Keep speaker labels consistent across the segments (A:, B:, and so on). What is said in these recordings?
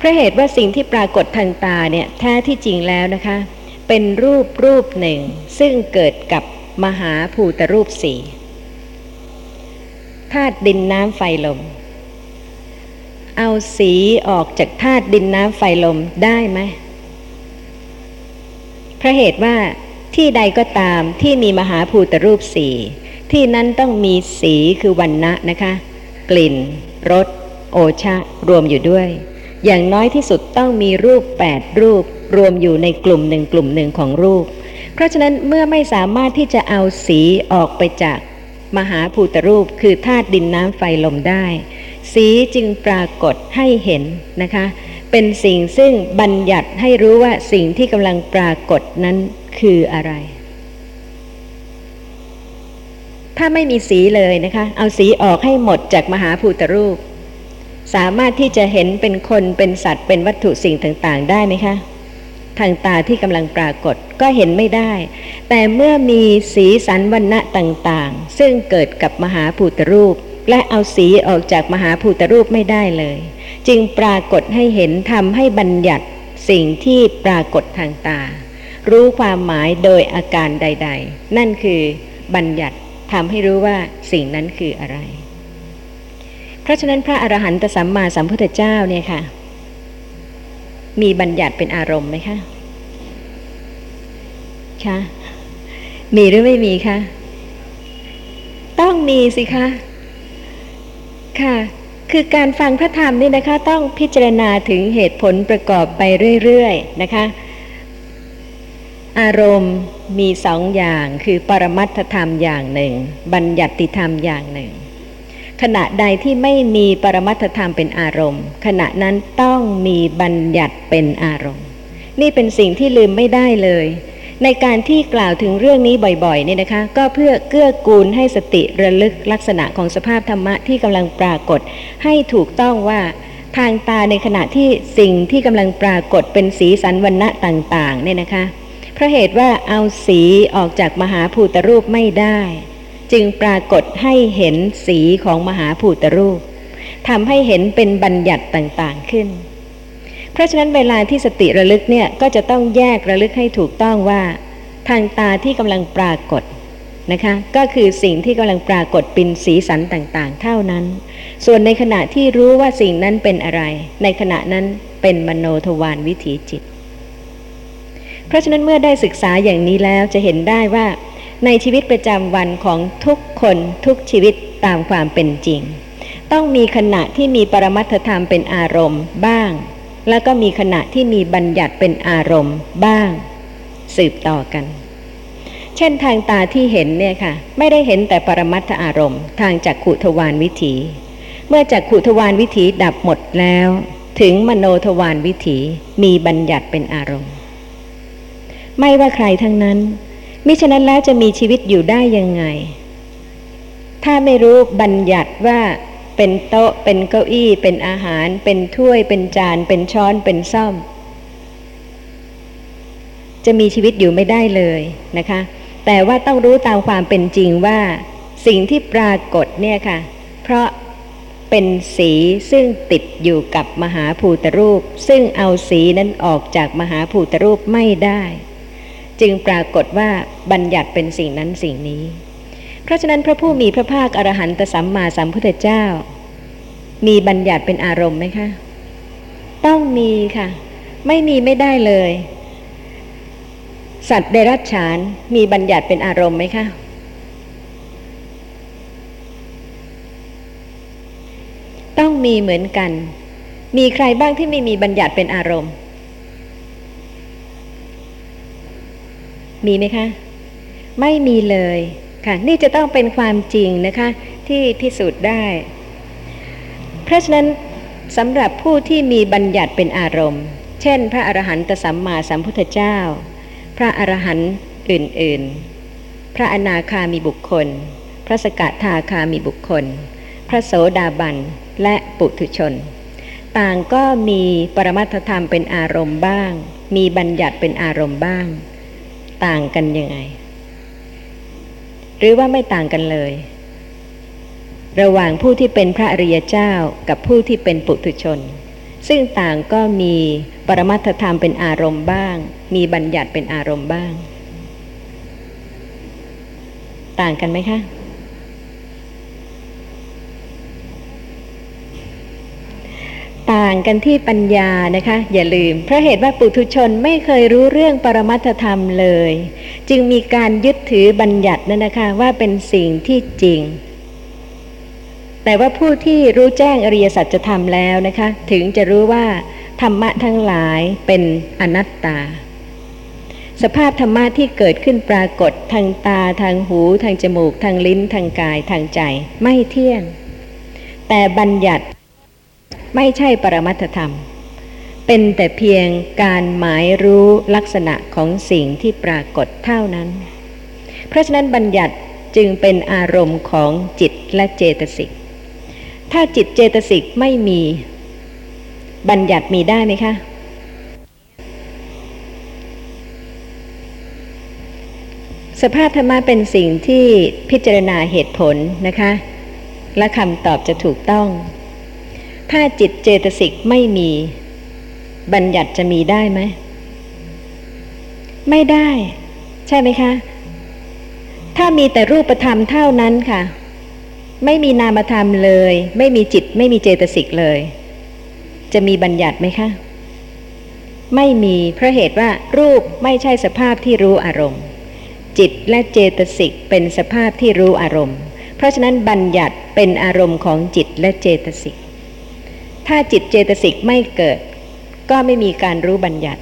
A: ราะเหตุว่าสิ่งที่ปรากฏทางตาเนี่ยแท้ที่จริงแล้วนะคะเป็นรูปหนึ่งซึ่งเกิดกับมหาภูตรูปสี่ธาตุดินน้ำไฟลมเอาสีออกจากธาตุดินน้ำไฟลมได้ไหมเพราะเหตุว่าที่ใดก็ตามที่มีมหาภูตรูปสี่ที่นั้นต้องมีสีคือวรรณะนะคะกลิ่นรสโอชะรวมอยู่ด้วยอย่างน้อยที่สุดต้องมีรูป8รูปรวมอยู่ในกลุ่มหนึ่งของรูปเพราะฉะนั้นเมื่อไม่สามารถที่จะเอาสีออกไปจากมหาภูตรูปคือธาตุดินน้ำไฟลมได้สีจึงปรากฏให้เห็นนะคะเป็นสิ่งซึ่งบัญญัติให้รู้ว่าสิ่งที่กำลังปรากฏนั้นคืออะไรถ้าไม่มีสีเลยนะคะเอาสีออกให้หมดจากมหาภูตรูปสามารถที่จะเห็นเป็นคนเป็นสัตว์เป็นวัตถุสิ่งต่างๆได้ไหมคะทางตาที่กำลังปรากฏก็เห็นไม่ได้แต่เมื่อมีสีสันวรรณะต่างๆซึ่งเกิดกับมหาภูตรูปและเอาสีออกจากมหาภูตรูปไม่ได้เลยจึงปรากฏให้เห็นทำให้บัญญัติสิ่งที่ปรากฏทางตารู้ความหมายโดยอาการใดๆนั่นคือบัญญัติทำให้รู้ว่าสิ่งนั้นคืออะไรเพราะฉะนั้นพระอรหันตสัมมาสัมพุทธเจ้าเนี่ยค่ะมีบัญญัติเป็นอารมณ์ไหมคะคะมีหรือไม่มีคะต้องมีสิคะค่ะคือการฟังพระธรรมนี่นะคะต้องพิจารณาถึงเหตุผลประกอบไปเรื่อยๆนะคะอารมณ์มีสองอย่างคือปรมัตถธรรมอย่างหนึ่งบัญญัติธรรมอย่างหนึ่งขณะใดที่ไม่มีปรมัตถธรรมเป็นอารมณ์ขณะนั้นต้องมีบัญญัติเป็นอารมณ์นี่เป็นสิ่งที่ลืมไม่ได้เลยในการที่กล่าวถึงเรื่องนี้บ่อยๆเนี่ยนะคะก็เพื่อเกื้อกูลให้สติระลึกลักษณะของสภาพธรรมะที่กำลังปรากฏให้ถูกต้องว่าทางตาในขณะที่สิ่งที่กำลังปรากฏเป็นสีสันวรรณะต่างๆเนี่ยนะคะเพราะเหตุว่าเอาสีออกจากมหาภูตรูปไม่ได้จึงปรากฏให้เห็นสีของมหาภูตรูปทำให้เห็นเป็นบัญญัติต่างๆขึ้นเพราะฉะนั้นเวลาที่สติระลึกเนี่ยก็จะต้องแยกระลึกให้ถูกต้องว่าทางตาที่กำลังปรากฏนะคะก็คือสิ่งที่กำลังปรากฏเป็นสีสันต่างๆเท่านั้นส่วนในขณะที่รู้ว่าสิ่งนั้นเป็นอะไรในขณะนั้นเป็นมโนทวารวิถีจิตเพราะฉะนั้นเมื่อได้ศึกษาอย่างนี้แล้วจะเห็นได้ว่าในชีวิตประจำวันของทุกคนทุกชีวิตตามความเป็นจริงต้องมีขณะที่มีปรมัตถธรรมเป็นอารมณ์บ้างแล้วก็มีขณะที่มีบัญญัติเป็นอารมณ์บ้างสืบต่อกันเช่นทางตาที่เห็นเนี่ยค่ะไม่ได้เห็นแต่ปรมัตถอารมณ์ทางจักขุทวารวิถีเมื่อจักขุทวารวิถีดับหมดแล้วถึงมโนทวารวิถีมีบัญญัติเป็นอารมณ์ไม่ว่าใครทั้งนั้นมิฉะนั้นแล้วจะมีชีวิตอยู่ได้ยังไงถ้าไม่รู้บัญญัติว่าเป็นโต๊ะเป็นเก้าอี้เป็นอาหารเป็นถ้วยเป็นจานเป็นช้อนเป็นซ่อมจะมีชีวิตอยู่ไม่ได้เลยนะคะแต่ว่าต้องรู้ตามความเป็นจริงว่าสิ่งที่ปรากฏเนี่ยค่ะเพราะเป็นสีซึ่งติดอยู่กับมหาภูตรูปซึ่งเอาสีนั้นออกจากมหาภูตรูปไม่ได้จึงปรากฏว่าบัญญัติเป็นสิ่งนั้นสิ่งนี้เพราะฉะนั้นพระผู้มีพระภาคอรหันตสัมมาสัมพุทธเจ้ามีบัญญัติเป็นอารมณ์ไหมคะต้องมีค่ะไม่มีไม่ได้เลยสัตว์เดรัจฉานมีบัญญัติเป็นอารมณ์ไหมคะต้องมีเหมือนกันมีใครบ้างที่ไม่มีบัญญัติเป็นอารมณ์มีไหมคะไม่มีเลยค่ะนี่จะต้องเป็นความจริงนะคะที่พิสูจน์ได้เพราะฉะนั้นสำหรับผู้ที่มีบัญญัติเป็นอารมณ์เช่นพระอรหันตสัมมาสัมพุทธเจ้าพระอรหันต์อื่นๆพระอนาคามีบุคคลพระสกทาคามีบุคคลพระโสดาบันและปุถุชนต่างก็มีปรมัตถธรรมเป็นอารมณ์บ้างมีบัญญัติเป็นอารมณ์บ้างต่างกันยังไงหรือว่าไม่ต่างกันเลยระหว่างผู้ที่เป็นพระอริยเจ้ากับผู้ที่เป็นปุถุชนซึ่งต่างก็มีปรมัตถธรรมเป็นอารมณ์บ้างมีบัญญัติเป็นอารมณ์บ้างต่างกันไหมคะต่างกันที่ปัญญานะคะอย่าลืมเพราะเหตุว่าปุถุชนไม่เคยรู้เรื่องปรมัตถธรรมเลยจึงมีการยึดถือบัญญัตินั่นนะคะว่าเป็นสิ่งที่จริงแต่ว่าผู้ที่รู้แจ้งอริยสัจธรรมแล้วนะคะถึงจะรู้ว่าธรรมะทั้งหลายเป็นอนัตตาสภาพธรรมะที่เกิดขึ้นปรากฏทางตาทางหูทางจมูกทางลิ้นทางกายทางใจไม่เที่ยงแต่บัญญัติไม่ใช่ปรมัตถธรรมเป็นแต่เพียงการหมายรู้ลักษณะของสิ่งที่ปรากฏเท่านั้นเพราะฉะนั้นบัญญัติจึงเป็นอารมณ์ของจิตและเจตสิกถ้าจิตเจตสิกไม่มีบัญญัติมีได้ไหมคะสภาพธรรมะเป็นสิ่งที่พิจารณาเหตุผลนะคะและคำตอบจะถูกต้องถ้าจิตเจตสิกไม่มีบัญญัติจะมีได้ไหมไม่ได้ใช่ไหมคะถ้ามีแต่รูปธรรมเท่านั้นค่ะไม่มีนามธรรมเลยไม่มีจิตไม่มีเจตสิกเลยจะมีบัญญัติไหมคะไม่มีเพราะเหตุว่ารูปไม่ใช่สภาพที่รู้อารมณ์จิตและเจตสิกเป็นสภาพที่รู้อารมณ์เพราะฉะนั้นบัญญัติเป็นอารมณ์ของจิตและเจตสิกถ้าจิตเจตสิกไม่เกิดก็ไม่มีการรู้บัญญัติ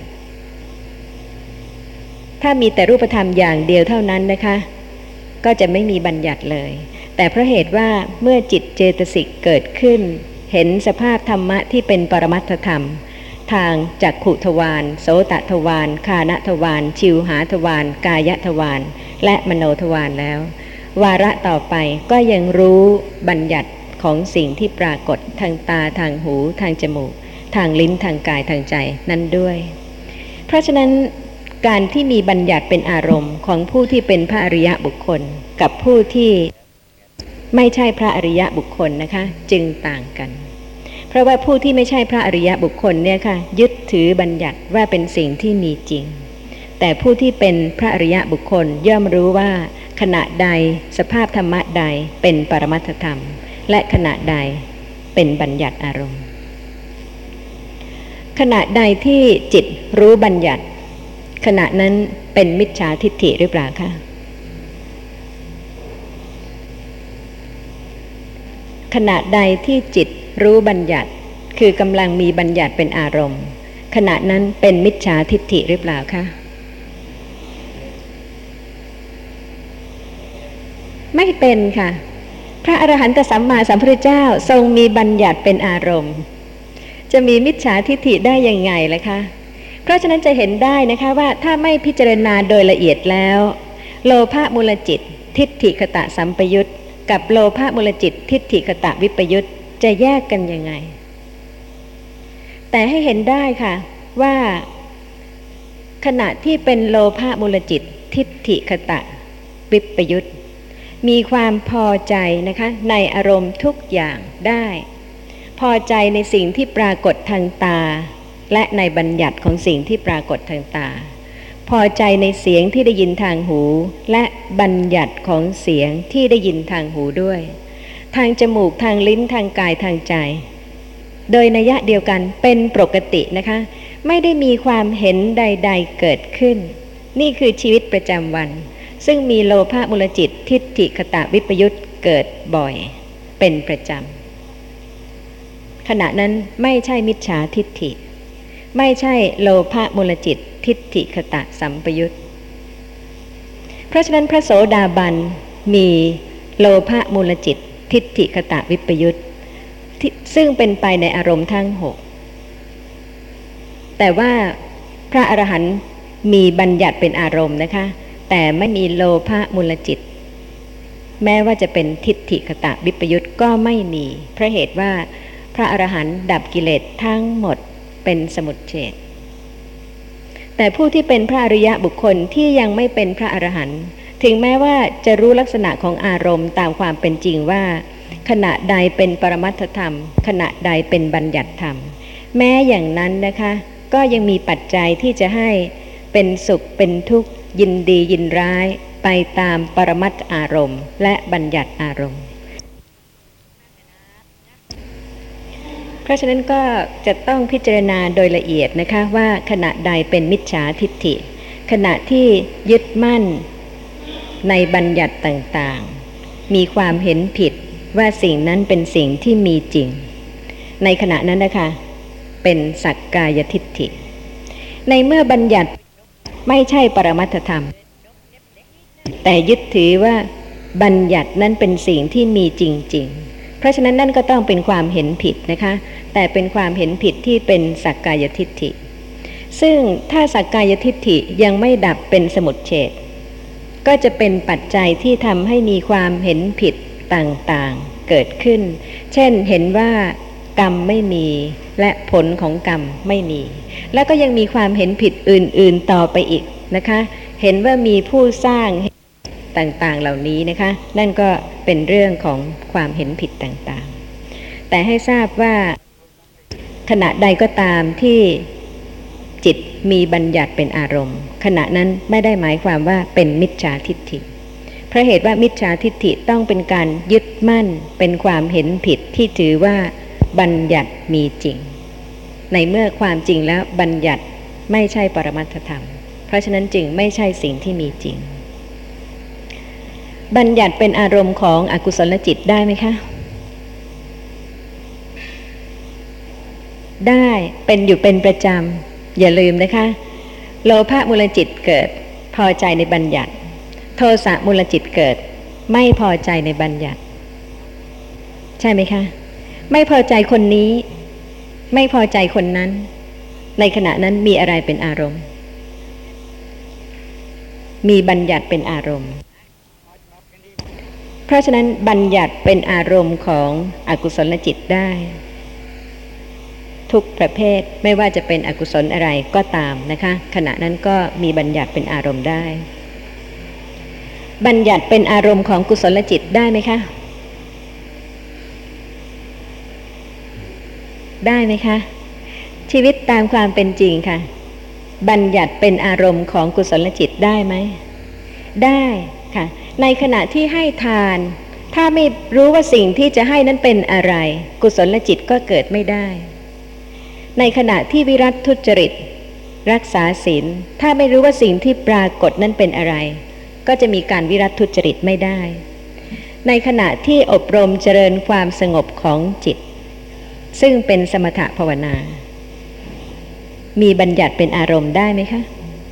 A: ถ้ามีแต่รูปธรรมอย่างเดียวเท่านั้นนะคะก็จะไม่มีบัญญัติเลยแต่เพราะเหตุว่าเมื่อจิตเจตสิกเกิดขึ้นเห็นสภาพธรรมะที่เป็นปรมัตถธรรมทางจักขุทวารโสตทวารฆานทวารชิวหาทวารกายทวารและมโนทวารแล้ววาระต่อไปก็ยังรู้บัญญัติของสิ่งที่ปรากฏทางตาทางหูทางจมูกทางลิ้นทางกายทางใจนั้นด้วยเพราะฉะนั้นการที่มีบัญญัติเป็นอารมณ์ของผู้ที่เป็นพระอริยบุคคลกับผู้ที่ไม่ใช่พระอริยบุคคลนะคะจึงต่างกันเพราะว่าผู้ที่ไม่ใช่พระอริยบุคคลเนี่ยค่ะยึดถือบัญญัติว่าเป็นสิ่งที่มีจริงแต่ผู้ที่เป็นพระอริยบุคคลย่อมรู้ว่าขณะใดสภาพธรรมะใดเป็นปรมัตถธรรมและขณะใดเป็นบัญญัติอารมณ์ขณะใดที่จิตรู้บัญญัติขณะนั้นเป็นมิจฉาทิฏฐิหรือเปล่าคะขณะใดที่จิตรู้บัญญัติคือกำลังมีบัญญัติเป็นอารมณ์ขณะนั้นเป็นมิจฉาทิฏฐิหรือเปล่าคะไม่เป็นค่ะพระอรหันตสัมมาสัมพุทธเจ้าทรงมีบัญญัติเป็นอารมณ์จะมีมิจฉาทิฏฐิได้ยังไงล่ะคะเพราะฉะนั้นจะเห็นได้นะคะว่าถ้าไม่พิจารณาโดยละเอียดแล้วโลภะมูลจิตทิฏฐิคตะสัมปยุตกับโลภะมูลจิตทิฏฐิคตะวิปยุตจะแยกกันยังไงแต่ให้เห็นได้ค่ะว่าขณะที่เป็นโลภะมูลจิตทิฏฐิคตะวิปยุตมีความพอใจนะคะในอารมณ์ทุกอย่างได้พอใจในสิ่งที่ปรากฏทางตาและในบัญญัติของสิ่งที่ปรากฏทางตาพอใจในเสียงที่ได้ยินทางหูและบัญญัติของเสียงที่ได้ยินทางหูด้วยทางจมูกทางลิ้นทางกายทางใจโดยนัยเดียวกันเป็นปกตินะคะไม่ได้มีความเห็นใดๆเกิดขึ้นนี่คือชีวิตประจำวันซึ่งมีโลภะมูลจิตทิฏฐิคตะวิปยุตเกิดบ่อยเป็นประจำขณะนั้นไม่ใช่มิจฉาทิฏฐิไม่ใช่โลภะมูลจิตทิฏฐิคตะสัมปยุตเพราะฉะนั้นพระโสดาบันมีโลภะมูลจิตทิฏฐิคตะวิปยุตซึ่งเป็นไปในอารมณ์ทั้ง6แต่ว่าพระอรหันต์มีบัญญัติเป็นอารมณ์นะคะแต่ไม่มีโลภะมูลจิตแม้ว่าจะเป็นทิฏฐิคตะวิปยุตก็ไม่มีเพราะเหตุว่าพระอรหันต์ดับกิเลสทั้งหมดเป็นสมุจเฉทแต่ผู้ที่เป็นพระอริยบุคคลที่ยังไม่เป็นพระอรหันต์ถึงแม้ว่าจะรู้ลักษณะของอารมณ์ตามความเป็นจริงว่าขณะใดเป็นปรมัตถธรรมขณะใดเป็นบัญญัติธรรมแม้อย่างนั้นนะคะก็ยังมีปัจจัยที่จะให้เป็นสุขเป็นทุกข์ยินดียินร้ายไปตามปรมัตถอารมณ์และบัญญัติอารมณ์เพราะฉะนั้นก็จะต้องพิจารณาโดยละเอียดนะคะว่าขณะใดเป็นมิจฉาทิฏฐิขณะที่ยึดมั่นในบัญญัติต่างๆมีความเห็นผิดว่าสิ่งนั้นเป็นสิ่งที่มีจริงในขณะนั้นนะคะเป็นสักกายทิฏฐิในเมื่อบัญญัติไม่ใช่ปรมัตถธรรมแต่ยึดถือว่าบัญญัตินั้นเป็นสิ่งที่มีจริงๆเพราะฉะนั้นนั่นก็ต้องเป็นความเห็นผิดนะคะแต่เป็นความเห็นผิดที่เป็นสักกายทิฏฐิซึ่งถ้าสักกายทิฏฐิยังไม่ดับเป็นสมุจเฉทก็จะเป็นปัจจัยที่ทำให้มีความเห็นผิดต่างๆเกิดขึ้นเช่นเห็นว่ากรรมไม่มีและผลของกรรมไม่มีแล้วก็ยังมีความเห็นผิดอื่นๆต่อไปอีกนะคะเห็นว่ามีผู้สร้างต่างๆเหล่านี้นะคะนั่นก็เป็นเรื่องของความเห็นผิดต่างๆแต่ให้ทราบว่าขณะใดก็ตามที่จิตมีบัญญัติเป็นอารมณ์ขณะนั้นไม่ได้หมายความว่าเป็นมิจฉาทิฏฐิเพราะเหตุว่ามิจฉาทิฏฐิต้องเป็นการยึดมั่นเป็นความเห็นผิดที่ถือว่าบัญญัติมีจริงในเมื่อความจริงแล้วบัญญัติไม่ใช่ปรมัตถธรรมเพราะฉะนั้นจึงไม่ใช่สิ่งที่มีจริงบัญญัติเป็นอารมณ์ของอกุศลจิตได้ไหมคะได้เป็นอยู่เป็นประจำอย่าลืมนะคะโลภะมูลจิตเกิดพอใจในบัญญัติโทสะมูลจิตเกิดไม่พอใจในบัญญัติใช่ไหมคะไม่พอใจคนนี้ไม่พอใจคนนั้นในขณะนั้นมีอะไรเป็นอารมณ์มีบัญญัติเป็นอารมณ์เพราะฉะนั้นบัญญัติเป็นอารมณ์ของอกุศลจิตได้ทุกประเภทไม่ว่าจะเป็นอกุศลอะไรก็ตามนะคะขณะนั้นก็มีบัญญัติเป็นอารมณ์ได้บัญญัติเป็นอารมณ์ของกุศลจิตได้ไหมคะได้ไหมคะชีวิตตามความเป็นจริงค่ะบัญญัติเป็นอารมณ์ของกุศลจิตได้ไหมได้ค่ะในขณะที่ให้ทานถ้าไม่รู้ว่าสิ่งที่จะให้นั้นเป็นอะไรกุศลจิตก็เกิดไม่ได้ในขณะที่วิรัตทุจริตรักษาศีลถ้าไม่รู้ว่าสิ่งที่ปรากฏนั้นเป็นอะไรก็จะมีการวิรัตทุจริตไม่ได้ในขณะที่อบรมเจริญความสงบของจิตซึ่งเป็นสมถภาวนามีบัญญัติเป็นอารมณ์ได้ไหมคะ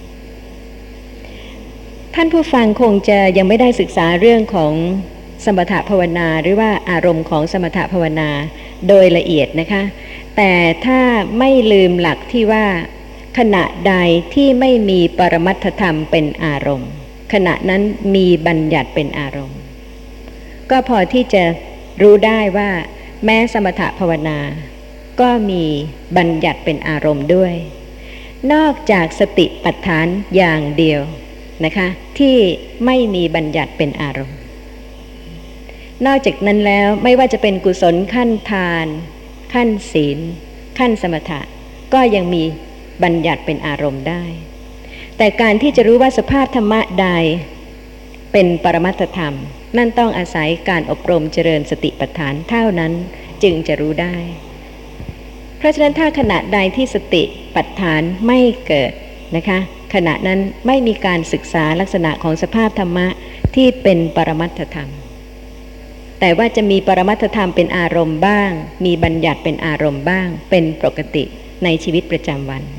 A: ท่านผู้ฟังคงจะยังไม่ได้ศึกษาเรื่องของสมถภาวนาหรือว่าอารมณ์ของสมถภาวนาโดยละเอียดนะคะแต่ถ้าไม่ลืมหลักที่ว่าขณะใดที่ไม่มีปรมัตถธรรมเป็นอารมณ์ขณะนั้นมีบัญญัติเป็นอารมณ์ก็พอที่จะรู้ได้ว่าแม้สมถภาวนาก็มีบัญญัติเป็นอารมณ์ด้วยนอกจากสติปัฏฐานอย่างเดียวนะคะที่ไม่มีบัญญัติเป็นอารมณ์นอกจากนั้นแล้วไม่ว่าจะเป็นกุศลขั้นทานขั้นศีลขั้นสมถะก็ยังมีบัญญัติเป็นอารมณ์ได้แต่การที่จะรู้ว่าสภาพธรรมะใดเป็นปรมัตถธรรมนั่นต้องอาศัยการอบรมเจริญสติปัฏฐานเท่านั้นจึงจะรู้ได้เพราะฉะนั้นถ้าขณะใดที่สติปัฏฐานไม่เกิดนะคะขณะนั้นไม่มีการศึกษาลักษณะของสภาพธรรมะที่เป็นปรมัตถธรรมแต่ว่าจะมีปรมัตถธรรมเป็นอารมณ์บ้างมีบัญญัติเป็นอารมณ์บ้างเป็นปกติในชีวิตประจำวัน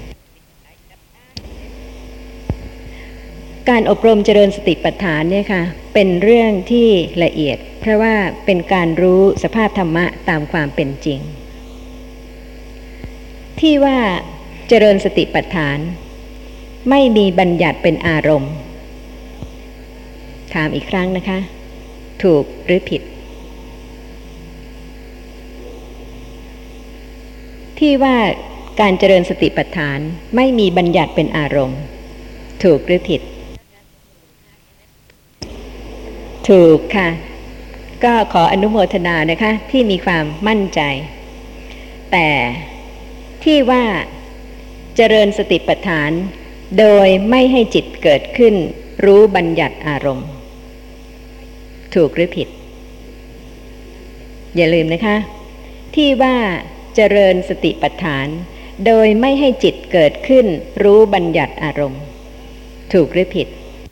A: การอบรมเจริญสติปัฏฐานเนี่ยค่ะเป็นเรื่องที่ละเอียดเพราะว่าเป็นการรู้สภาพธรรมะตามความเป็นจริงที่ว่าเจริญสติปัฏฐานไม่มีบัญญัติเป็นอารมณ์ถามอีกครั้งนะคะถูกหรือผิดที่ว่าการเจริญสติปัฏฐานไม่มีบัญญัติเป็นอารมณ์ถูกหรือผิดถูกค่ะก็ขออนุโมทนานะคะที่มีความมั่นใจแต่ที่ว่าเจริญสติปัฏฐานโดยไม่ให้จิตเกิดขึ้นรู้บัญญัติอารมณ์ถูกหรือผิดอย่าลืมนะคะที่ว่าเจริญสติปัฏฐานโดยไม่ให้จิตเกิดขึ้นรู้บัญญัติอารมณ์ถูกหรือผิด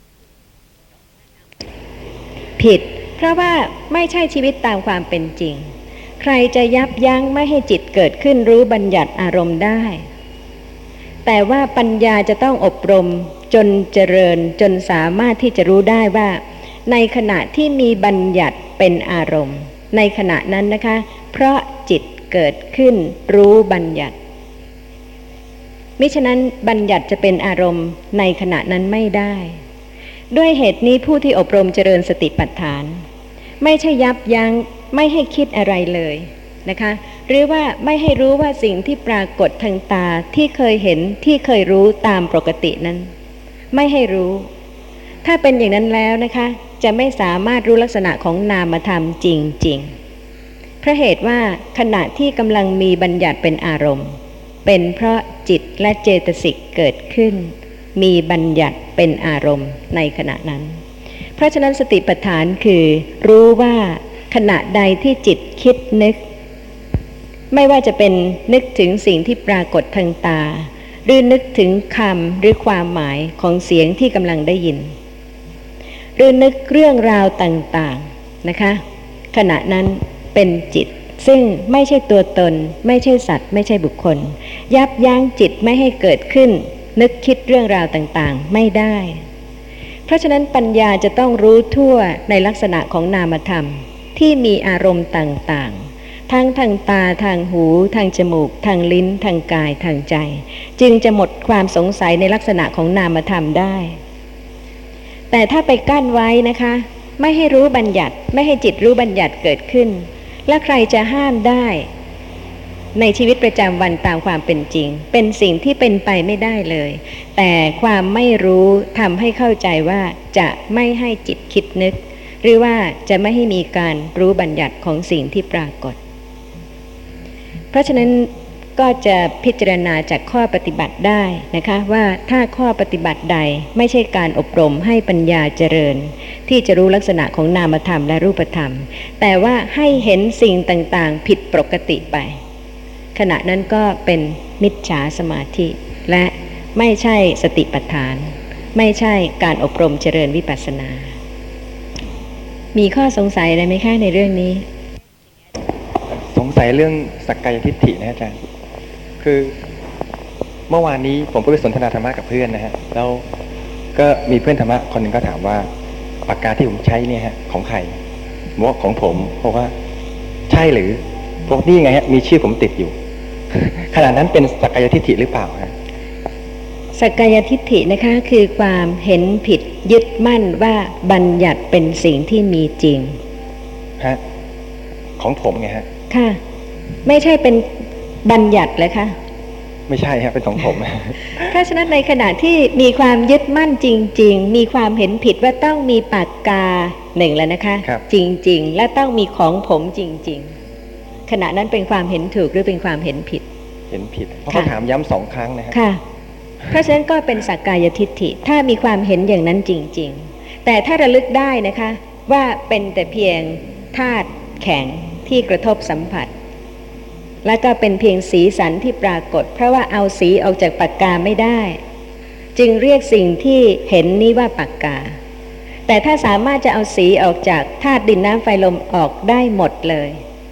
A: ผิดเพราะว่าไม่ใช่ชีวิตตามความเป็นจริงใครจะยับยั้งไม่ให้จิตเกิดขึ้นรู้บัญญัติอารมณ์ได้แต่ว่าปัญญาจะต้องอบรมจนเจริญจนสามารถที่จะรู้ได้ว่าในขณะที่มีบัญญัติเป็นอารมณ์ในขณะนั้นนะคะเพราะจิตเกิดขึ้นรู้บัญญัติมิฉะนั้นบัญญัติจะเป็นอารมณ์ในขณะนั้นไม่ได้ด้วยเหตุนี้ผู้ที่อบรมเจริญสติปัฏฐานไม่ใช่ยับยั้งไม่ให้คิดอะไรเลยนะคะหรือว่าไม่ให้รู้ว่าสิ่งที่ปรากฏทางตาที่เคยเห็นที่เคยรู้ตามปกตินั้นไม่ให้รู้ถ้าเป็นอย่างนั้นแล้วนะคะจะไม่สามารถรู้ลักษณะของนามธรรมจริงๆเพราะเหตุว่าขณะที่กำลังมีบัญญัติเป็นอารมณ์เป็นเพราะจิตและเจตสิกเกิดขึ้นมีบัญญัติเป็นอารมณ์ในขณะนั้นเพราะฉะนั้นสติปัฏฐานคือรู้ว่าขณะใดที่จิตคิดนึกไม่ว่าจะเป็นนึกถึงสิ่งที่ปรากฏทางตาหรือนึกถึงคำหรือความหมายของเสียงที่กำลังได้ยินหรือนึกเรื่องราวต่างๆนะคะขณะนั้นเป็นจิตซึ่งไม่ใช่ตัวตนไม่ใช่สัตว์ไม่ใช่บุคคลยับยั้งจิตไม่ให้เกิดขึ้นนึกคิดเรื่องราวต่างๆไม่ได้เพราะฉะนั้นปัญญาจะต้องรู้ทั่วในลักษณะของนามธรรมที่มีอารมณ์ต่างๆทั้งทางตาทางหูทางจมูกทางลิ้นทางกายทางใจจึงจะหมดความสงสัยในลักษณะของนามธรรมได้แต่ถ้าไปกั้นไว้นะคะไม่ให้รู้บัญญัติไม่ให้จิตรู้บัญญัติเกิดขึ้นและใครจะห้ามได้ในชีวิตประจำวันตามความเป็นจริงเป็นสิ่งที่เป็นไปไม่ได้เลยแต่ความไม่รู้ทำให้เข้าใจว่าจะไม่ให้จิตคิดนึกหรือว่าจะไม่ให้มีการรู้บัญญัติของสิ่งที่ปรากฏเพราะฉะนั้นก็จะพิจารณาจากข้อปฏิบัติได้นะคะว่าถ้าข้อปฏิบัติใดไม่ใช่การอบรมให้ปัญญาเจริญที่จะรู้ลักษณะของนามธรรมและรูปธรรมแต่ว่าให้เห็นสิ่งต่างๆผิดปกติไปขณะนั้นก็เป็นมิจฉาสมาธิและไม่ใช่สติปัฏฐานไม่ใช่การอบรมเจริญวิปัสสนามีข้อสงสัยอะไรไหมคะในเรื่องนี้
B: สงสัยเรื่องสักกายทิฏฐินะอาจารย์คือเมื่อวานนี้ผมก็ไปสนทนาธรรมะกับเพื่อนนะฮะแล้วก็มีเพื่อนธรรมะคนหนึ่งก็ถามว่าปากกาที่ผมใช้เนี่ยฮะของใครผมว่าของผมเพราะว่าใช่หรือพวกนี้ไงฮะมีชื่อผมติดอยู่ขนาดนั้นเป็นสักกายทิฏฐิหรือเปล่าฮะ
A: สักกายทิฏฐินะคะคือความเห็นผิดยึดมั่นว่าบัญญัติเป็นสิ่งที่มีจริง
B: ฮะของผมไงฮะ
A: ค่ะไม่ใช่เป็นบัญญัติเลยค่ะ
B: ไม่ใช่ฮะเป็นของผม
A: เพราะฉะนั้นในขณะที่มีความยึดมั่นจริงๆมีความเห็นผิดว่าต้องมีปากกาหนึ่งแล้วนะคะจริงๆและต้องมีของผมจริงๆขณะนั้นเป็นความเห็นถูกหรือเป็นความเห็นผิด
B: เห็นผิดเพราะเขาถามย้ำ2 ครั้งนะฮะ
A: ค่ะเพราะฉะนั้นก็เป็นสักกายทิฏฐิถ้ามีความเห็นอย่างนั้นจริงๆแต่ถ้าระลึกได้นะคะว่าเป็นแต่เพียงธาตุแข็งที่กระทบสัมผัสแล้วก็เป็นเพียงสีสันที่ปรากฏเพราะว่าเอาสีออกจากปากกาไม่ได้จึงเรียกสิ่งที่เห็นนี้ว่าปากกาแต่ถ้าสามารถจะเอาสีออกจากธาตุดินน้ำไฟลมออกได้หมดเลย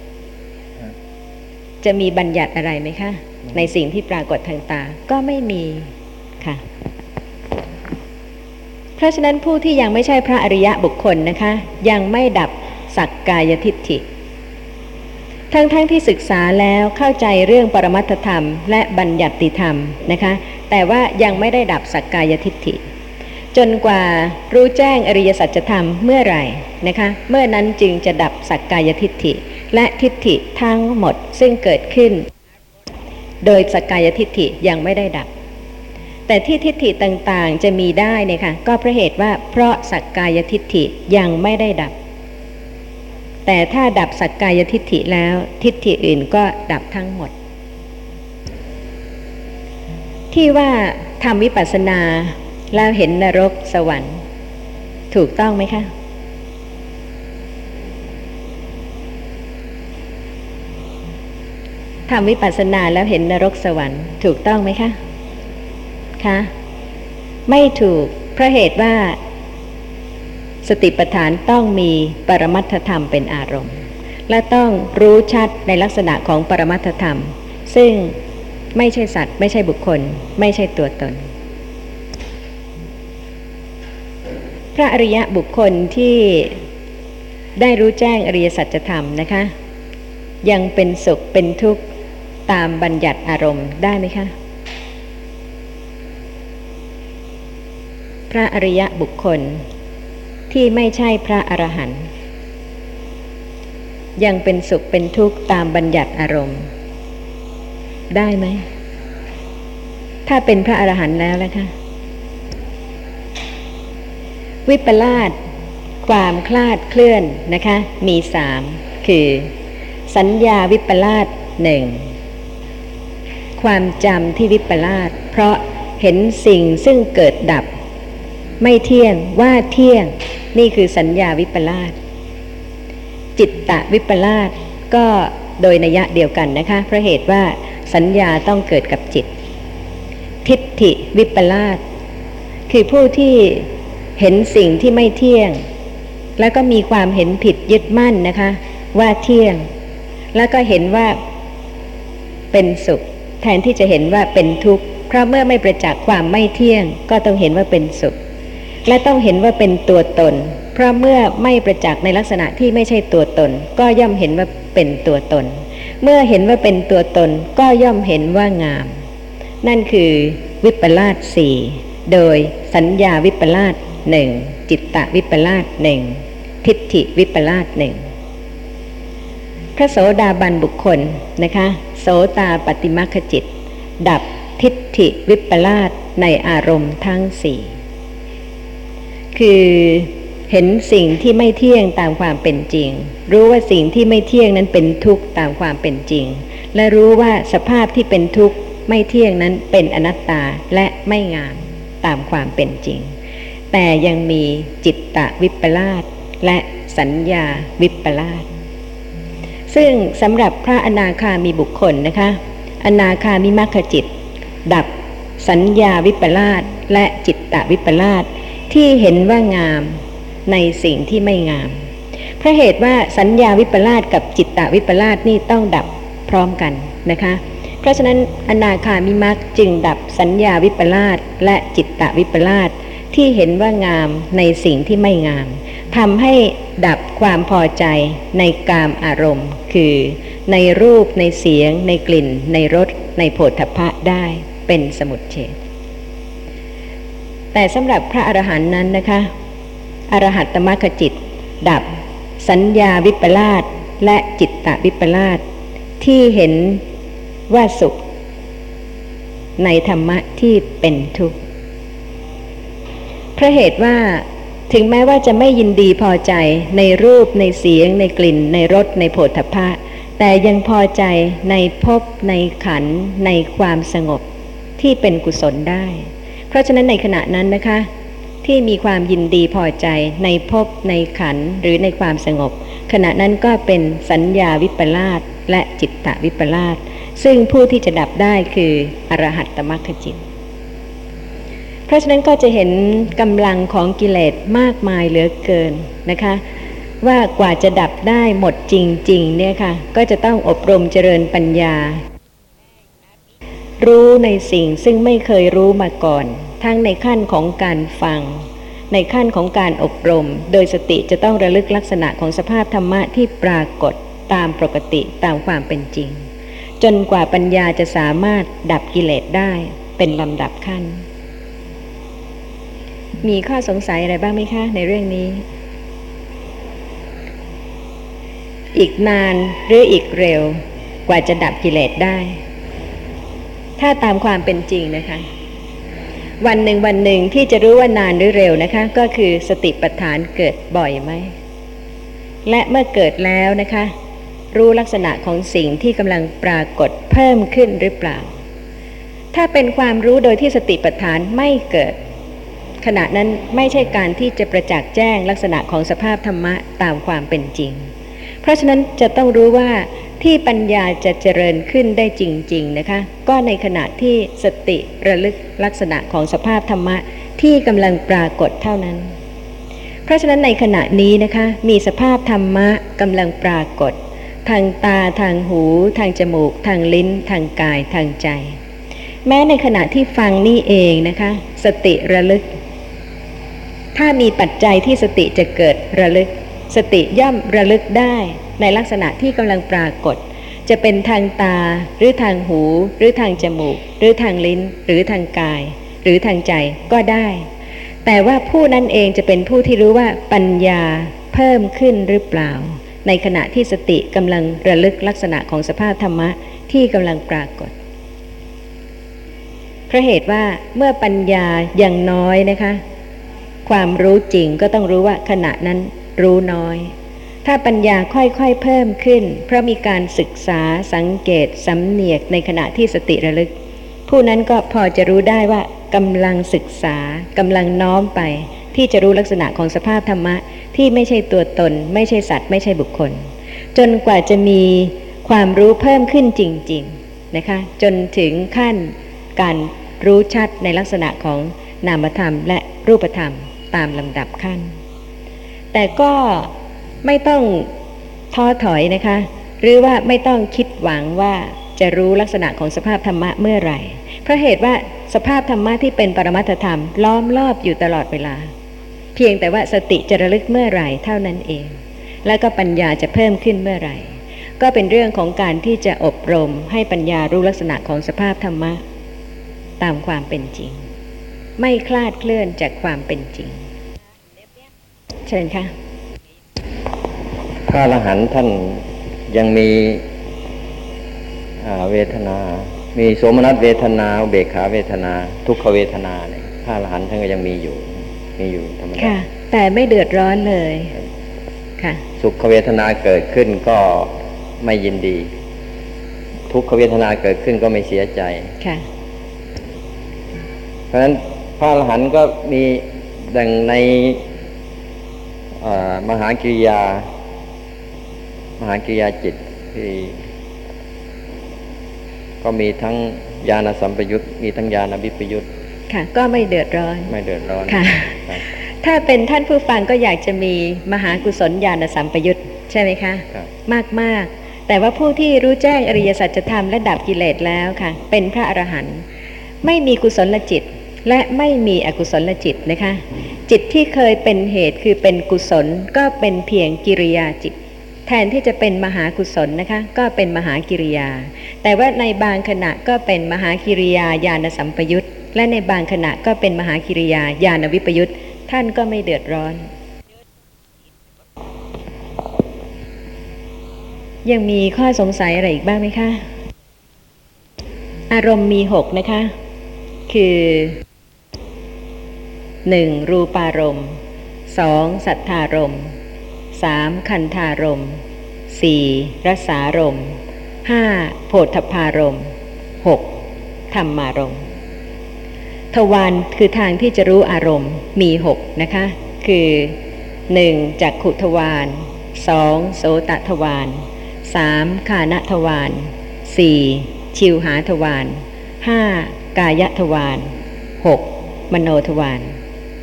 A: จะมีบัญญัติอะไรไหมคะในสิ่งที่ปรากฏทางตาก็ไม่มีค่ะเพราะฉะนั้นผู้ที่ยังไม่ใช่พระอริยะบุคคลนะคะยังไม่ดับสักกายทิฏฐิทั้งที่ศึกษาแล้วเข้าใจเรื่องปรมัตถธรรมและบัญญัติธรรมนะคะแต่ว่ายังไม่ได้ดับสักกายทิฏฐิจนกว่ารู้แจ้งอริยสัจธรรมเมื่อไหร่นะคะเมื่อนั้นจึงจะดับสักกายทิฏฐิและทิฏฐิทั้งหมดซึ่งเกิดขึ้นโดยสักกายทิฏฐิยังไม่ได้ดับแต่ที่ทิฏฐิต่างๆจะมีได้เนี่ยค่ะก็เพราะเหตุว่าเพราะสักกายทิฏฐิยังไม่ได้ดับแต่ถ้าดับสักกายทิฏฐิแล้วทิฏฐิอื่นก็ดับทั้งหมดที่ว่าทำวิปัสสนาแล้วเห็นนรกสวรรค์ถูกต้องไหมคะทำวิปัสสนาแล้วเห็นนรกสวรรค์ถูกต้องไหมคะคะไม่ถูกเพราะเหตุว่าสติปัฏฐานต้องมีปรมัตถธรรมเป็นอารมณ์และต้องรู้ชัดในลักษณะของปรมัตถธรรมซึ่งไม่ใช่สัตว์ไม่ใช่บุคคลไม่ใช่ตัวตนพระอริยะบุคคลที่ได้รู้แจ้งอริยสัจธรรมนะคะยังเป็นสุขเป็นทุกข์ตามบัญญัติอารมณ์ได้ไหมคะพระอริยะบุคคลที่ไม่ใช่พระอรหันต์ยังเป็นสุขเป็นทุกข์ตามบัญญัติอารมณ์ได้ไหมถ้าเป็นพระอรหันต์แล้วล่ะคะวิปลาสความคลาดเคลื่อนนะคะมี3คือสัญญาวิปลาส1ความจำที่วิปลาสเพราะเห็นสิ่งซึ่งเกิดดับไม่เที่ยงว่าเที่ยงนี่คือสัญญาวิปลาสจิตตวิปลาสก็โดยนัยยะเดียวกันนะคะเพราะเหตุว่าสัญญาต้องเกิดกับจิตทิฏฐิวิปลาสคือผู้ที่เห็นสิ่งที่ไม่เที่ยงแล้วก็มีความเห็นผิดยึดมั่นนะคะว่าเที่ยงแล้วก็เห็นว่าเป็นสุขแทนที่จะเห็นว่าเป็นทุกข์เพราะเมื่อไม่ประจักษ์ความไม่เที่ยงก็ต้องเห็นว่าเป็นสุขและต้องเห็นว่าเป็นตัวตนเพราะเมื่อไม่ประจักษ์ในลักษณะที่ไม่ใช่ตัวตนก็ย่อมเห็นว่าเป็นตัวตนเมื่อเห็นว่าเป็นตัวตนก็ย่อมเห็นว่างามนั่นคือวิปลาส4โดยสัญญาวิปลาส1จิตตวิปลาส1ทิฏฐิวิปลาส1พระโสดาบันบุคคลนะคะโสตาปัตติมัคคจิตดับทิฏฐิวิปลาสในอารมณ์ทั้ง4คือเห็นสิ่งที่ไม่เที่ยงตามความเป็นจริงรู้ว่าสิ่งที่ไม่เที่ยงนั้นเป็นทุกข์ตามความเป็นจริงและรู้ว่าสภาพที่เป็นทุกข์ไม่เที่ยงนั้นเป็นอนัตตาและไม่งามตามความเป็นจริงแต่ยังมีจิตตวิปลาสและสัญญาวิปลาสซึ่งสำหรับพระอนาคามีบุคคลนะคะอนาคามิมัคคจิตดับสัญญาวิปลาสและจิตตวิปลาสที่เห็นว่างามในสิ่งที่ไม่งามเพราะเหตุว่าสัญญาวิปลาสกับจิตตวิปลาสนี่ต้องดับพร้อมกันนะคะเพราะฉะนั้นอนาคามิมัคจึงดับสัญญาวิปลาสและจิตตวิปลาสที่เห็นว่างามในสิ่งที่ไม่งามทำให้ดับความพอใจในกามอารมณ์คือในรูปในเสียงในกลิ่นในรสในโผฏฐัพพะได้เป็นสมุจเฉทแต่สำหรับพระอรหันต์นั้นนะคะอรหัตตมรรคจิตดับสัญญาวิปลาสและจิตตวิปลาสที่เห็นว่าสุขในธรรมะที่เป็นทุกข์เพราะเหตุว่าถึงแม้ว่าจะไม่ยินดีพอใจในรูปในเสียงในกลิ่นในรสในโผฏฐัพพะแต่ยังพอใจในภพในขันธ์ในความสงบที่เป็นกุศลได้เพราะฉะนั้นในขณะนั้นนะคะที่มีความยินดีพอใจในภพในขันธ์หรือในความสงบขณะนั้นก็เป็นสัญญาวิปลาสและจิตตวิปลาสซึ่งผู้ที่จะดับได้คืออรหัตตมรรคจิตเพราะฉะนั้นก็จะเห็นกำลังของกิเลสมากมายเหลือเกินนะคะว่ากว่าจะดับได้หมดจริงๆเนี่ยค่ะก็จะต้องอบรมเจริญปัญญารู้ในสิ่งซึ่งไม่เคยรู้มาก่อนทั้งในขั้นของการฟังในขั้นของการอบรมโดยสติจะต้องระลึกลักษณะของสภาพธรรมะที่ปรากฏตามปกติตามความเป็นจริงจนกว่าปัญญาจะสามารถดับกิเลสได้เป็นลำดับขั้นมีข้อสงสัยอะไรบ้างไหมคะในเรื่องนี้อีกนานหรืออีกเร็วกว่าจะดับกิเลสได้ถ้าตามความเป็นจริงนะคะวันหนึ่งที่จะรู้ว่านานหรือเร็วนะคะก็คือสติปัฏฐานเกิดบ่อยไหมและเมื่อเกิดแล้วนะคะรู้ลักษณะของสิ่งที่กำลังปรากฏเพิ่มขึ้นหรือเปล่าถ้าเป็นความรู้โดยที่สติปัฏฐานไม่เกิดขณะนั้นไม่ใช่การที่จะประจักษ์แจ้งลักษณะของสภาพธรรมะตามความเป็นจริงเพราะฉะนั้นจะต้องรู้ว่าที่ปัญญาจะเจริญขึ้นได้จริงๆนะคะก็ในขณะที่สติระลึกลักษณะของสภาพธรรมะที่กำลังปรากฏเท่านั้นเพราะฉะนั้นในขณะนี้นะคะมีสภาพธรรมะกำลังปรากฏทางตาทางหูทางจมูกทางลิ้นทางกายทางใจแม้ในขณะที่ฟังนี่เองนะคะสติระลึกถ้ามีปัจจัยที่สติจะเกิดระลึกสติย่อมระลึกได้ในลักษณะที่กำลังปรากฏจะเป็นทางตาหรือทางหูหรือทางจมูกหรือทางลิ้นหรือทางกายหรือทางใจก็ได้แต่ว่าผู้นั้นเองจะเป็นผู้ที่รู้ว่าปัญญาเพิ่มขึ้นหรือเปล่าในขณะที่สติกำลังระลึกลักษณะของสภาพธรรมะที่กำลังปรากฏเพราะเหตุว่าเมื่อปัญญายังน้อยนะคะความรู้จริงก็ต้องรู้ว่าขณะนั้นรู้น้อยถ้าปัญญาค่อยๆเพิ่มขึ้นเพราะมีการศึกษาสังเกตสำเนียกในขณะที่สติระลึกผู้นั้นก็พอจะรู้ได้ว่ากำลังศึกษากำลังน้อมไปที่จะรู้ลักษณะของสภาพธรรมะที่ไม่ใช่ตัวตนไม่ใช่สัตว์ไม่ใช่บุคคลจนกว่าจะมีความรู้เพิ่มขึ้นจริงๆนะคะจนถึงขั้นการรู้ชัดในลักษณะของนามธรรมและรูปธรรมตามลำดับขั้นแต่ก็ไม่ต้องท้อถอยนะคะหรือว่าไม่ต้องคิดหวังว่าจะรู้ลักษณะของสภาพธรรมะเมื่อไหร่เพราะเหตุว่าสภาพธรรมะที่เป็นปรมัตถธรรมล้อมรอบอยู่ตลอดเวลาเพียงแต่ว่าสติจะระลึกเมื่อไหร่เท่านั้นเองแล้วก็ปัญญาจะเพิ่มขึ้นเมื่อไหร่ก็เป็นเรื่องของการที่จะอบรมให้ปัญญารู้ลักษณะของสภาพธรรมะตามความเป็นจริงไม่คลาดเคลื่อนจากความเป็นจริงเชิญค่ะ
C: พระอรหันต์ท่านยังมีเวทนา มีโสมนัสเวทนาอุเบกขาเวทนาทุกขเวทนาเนี่ยพระอรหันต์ท่านก็ยังมีอยู่ธรรมดา
A: ค่ะแต่ไม่เดือดร้อนเลยค่ะ
C: สุขเวทนาเกิดขึ้นก็ไม่ยินดีทุกขเวทนาเกิดขึ้นก็ไม่เสียใจ
A: ค่ะ
C: เพราะฉะนั้นพระอรหันต์ก็มีดังในมหากิริยาจิตที่ก็มีทั้งญาณสัมปยุตมีทั้งญาณวิปยุต
A: ค่ะก็ไม่เดือดร้อนค่ะถ้าเป็นท่านผู้ฟังก็อยากจะมีมหากุศลญาณสัมปยุตใช่ไหมคะมากแต่ว่าผู้ที่รู้แจ้งอริยสัจธรรมและดับกิเลสแล้วค่ะเป็นพระอรหันต์ไม่มีกุศลจิตและไม่มีอกุศลจิตนะคะจิตที่เคยเป็นเหตุคือเป็นกุศลก็เป็นเพียงกิริยาจิตแทนที่จะเป็นมหากุศลนะคะก็เป็นมหากิริยาแต่ว่าในบางขณะก็เป็นมหากิริยาญาณสัมปยุตและในบางขณะก็เป็นมหากิริยาญาณวิปยุตท่านก็ไม่เดือดร้อนยังมีข้อสงสัยอะไรอีกบ้างไหมคะอารมณ์มี6นะคะคือ1รูปารมณ์2สัทธารมณ์3คันธารมณ์4รสารมณ์5โผฏฐัพพารมณ์6ธรรมารมณ์ทวารคือทางที่จะรู้อารมณ์มี6นะคะคือ1จักขุทวาร2โสตทวาร3ฆานทวาร4ชิวหาทวาร5กายทวาร6มโนทวาร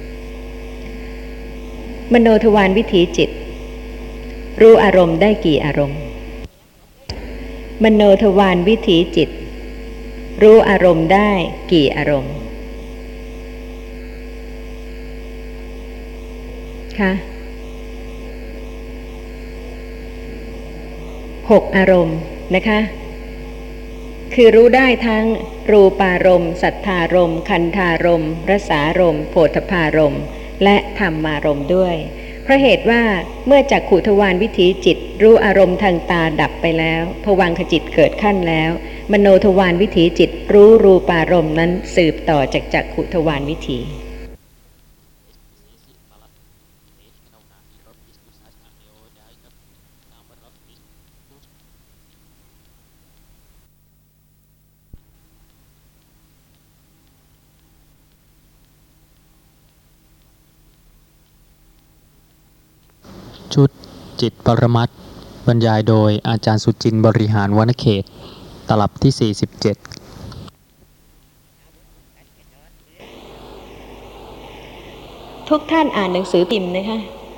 A: มโนทวารวิถีจิตรู้อารมณ์ได้กี่อารมณ์มโนทวารวิถีจิตรู้อารมณ์ได้กี่อารมณ์คะ6อารมณ์นะคะคือรู้ได้ทั้งรูปารมณ์สัทธารมณ์คันธารมณ์รสารมณ์โผฏฐัพพารมณ์และธรรมารมณ์ด้วยเพราะเหตุว่าเมื่อจักขุทวารวิถีจิตรู้อารมณ์ทางตาดับไปแล้วภวังคจิตเกิดขั้นแล้วมโนทวารวิถีจิตรู้รูปารมณ์นั้นสืบต่อจากจักขุทวารวิถี
D: ชุดจิตปรมัตถ์บรรยายโดยอาจารย์สุจินต์บริหารวรรณเขตตลับที่ 47
A: ทุกท่านอ่านหนังสือพิมพ์นะคะ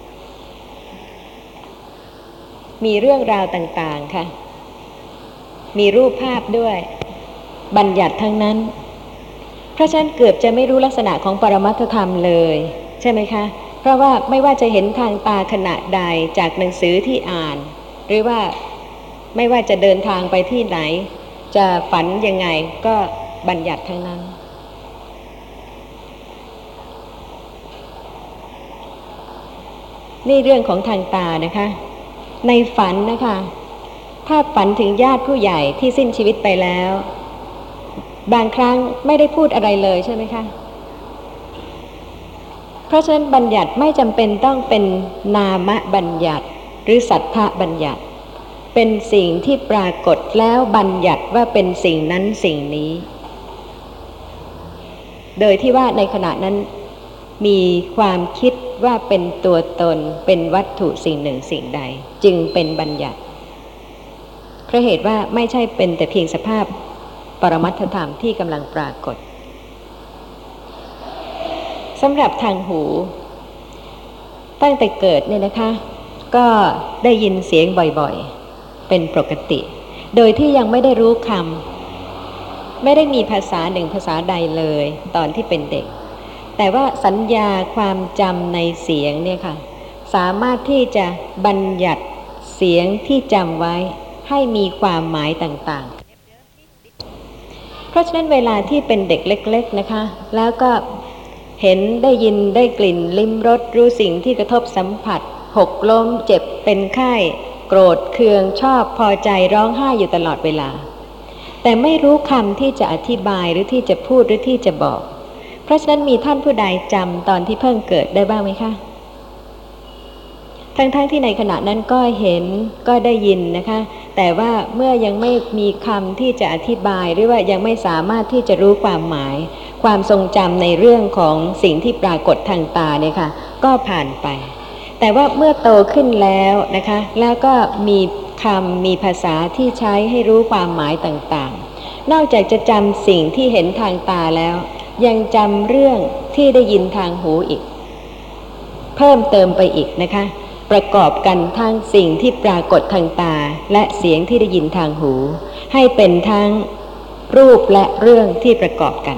A: มีเรื่องราวต่างๆค่ะ มีรูปภาพด้วยบัญญัติทั้งนั้นเพราะฉะนั้นเกือบจะไม่รู้ลักษณะของปรมัตถธรรมเลยใช่ไหมคะเพราะว่าไม่ว่าจะเห็นทางตาขณะใดจากหนังสือที่อ่านหรือว่าไม่ว่าจะเดินทางไปที่ไหนจะฝันยังไงก็บัญญัติทั้งนั้นนี่เรื่องของทางตานะคะในฝันนะคะถ้าฝันถึงญาติผู้ใหญ่ที่สิ้นชีวิตไปแล้วบางครั้งไม่ได้พูดอะไรเลยใช่ไหมคะเพราะฉะนั้นบัญญัติไม่จำเป็นต้องเป็นนามบัญญัติหรือสัทธบัญญัติเป็นสิ่งที่ปรากฏแล้วบัญญัติว่าเป็นสิ่งนั้นสิ่งนี้โดยที่ว่าในขณะนั้นมีความคิดว่าเป็นตัวตนเป็นวัตถุสิ่งหนึ่งสิ่งใดจึงเป็นบัญญัติเพราะเหตุว่าไม่ใช่เป็นแต่เพียงสภาพปรมัตถธรรมที่กำลังปรากฏสำหรับทางหูตั้งแต่เกิดเนี่ยนะคะก็ได้ยินเสียงบ่อยๆเป็นปกติโดยที่ยังไม่ได้รู้คำไม่ได้มีภาษาหนึ่งภาษาใดเลยตอนที่เป็นเด็กแต่ว่าสัญญาความจำในเสียงเนี่ยค่ะสามารถที่จะบัญญัติเสียงที่จำไว้ให้มีความหมายต่างๆเพราะฉะนั้นเวลาที่เป็นเด็กเล็กๆนะคะแล้วก็เห็นได้ยินได้กลิ่นลิ้มรสรู้สิ่งที่กระทบสัมผัสหกล้มเจ็บเป็นไข้โกรธเคืองชอบพอใจร้องไห้อยู่ตลอดเวลาแต่ไม่รู้คำที่จะอธิบายหรือที่จะพูดหรือที่จะบอกเพราะฉะนั้นมีท่านผู้ใดจำตอนที่เพิ่งเกิดได้บ้างไหมคะทั้งที่ในขณะนั้นก็เห็นก็ได้ยินนะคะแต่ว่าเมื่อยังไม่มีคำที่จะอธิบายหรือว่ายังไม่สามารถที่จะรู้ความหมายความทรงจำในเรื่องของสิ่งที่ปรากฏทางตาเนี่ยค่ะก็ผ่านไปแต่ว่าเมื่อโตขึ้นแล้วนะคะแล้วก็มีคำมีภาษาที่ใช้ให้รู้ความหมายต่างๆนอกจากจะจำสิ่งที่เห็นทางตาแล้วยังจำเรื่องที่ได้ยินทางหูอีกเพิ่มเติมไปอีกนะคะประกอบกันทั้งสิ่งที่ปรากฏทางตาและเสียงที่ได้ยินทางหูให้เป็นทั้งรูปและเรื่องที่ประกอบกัน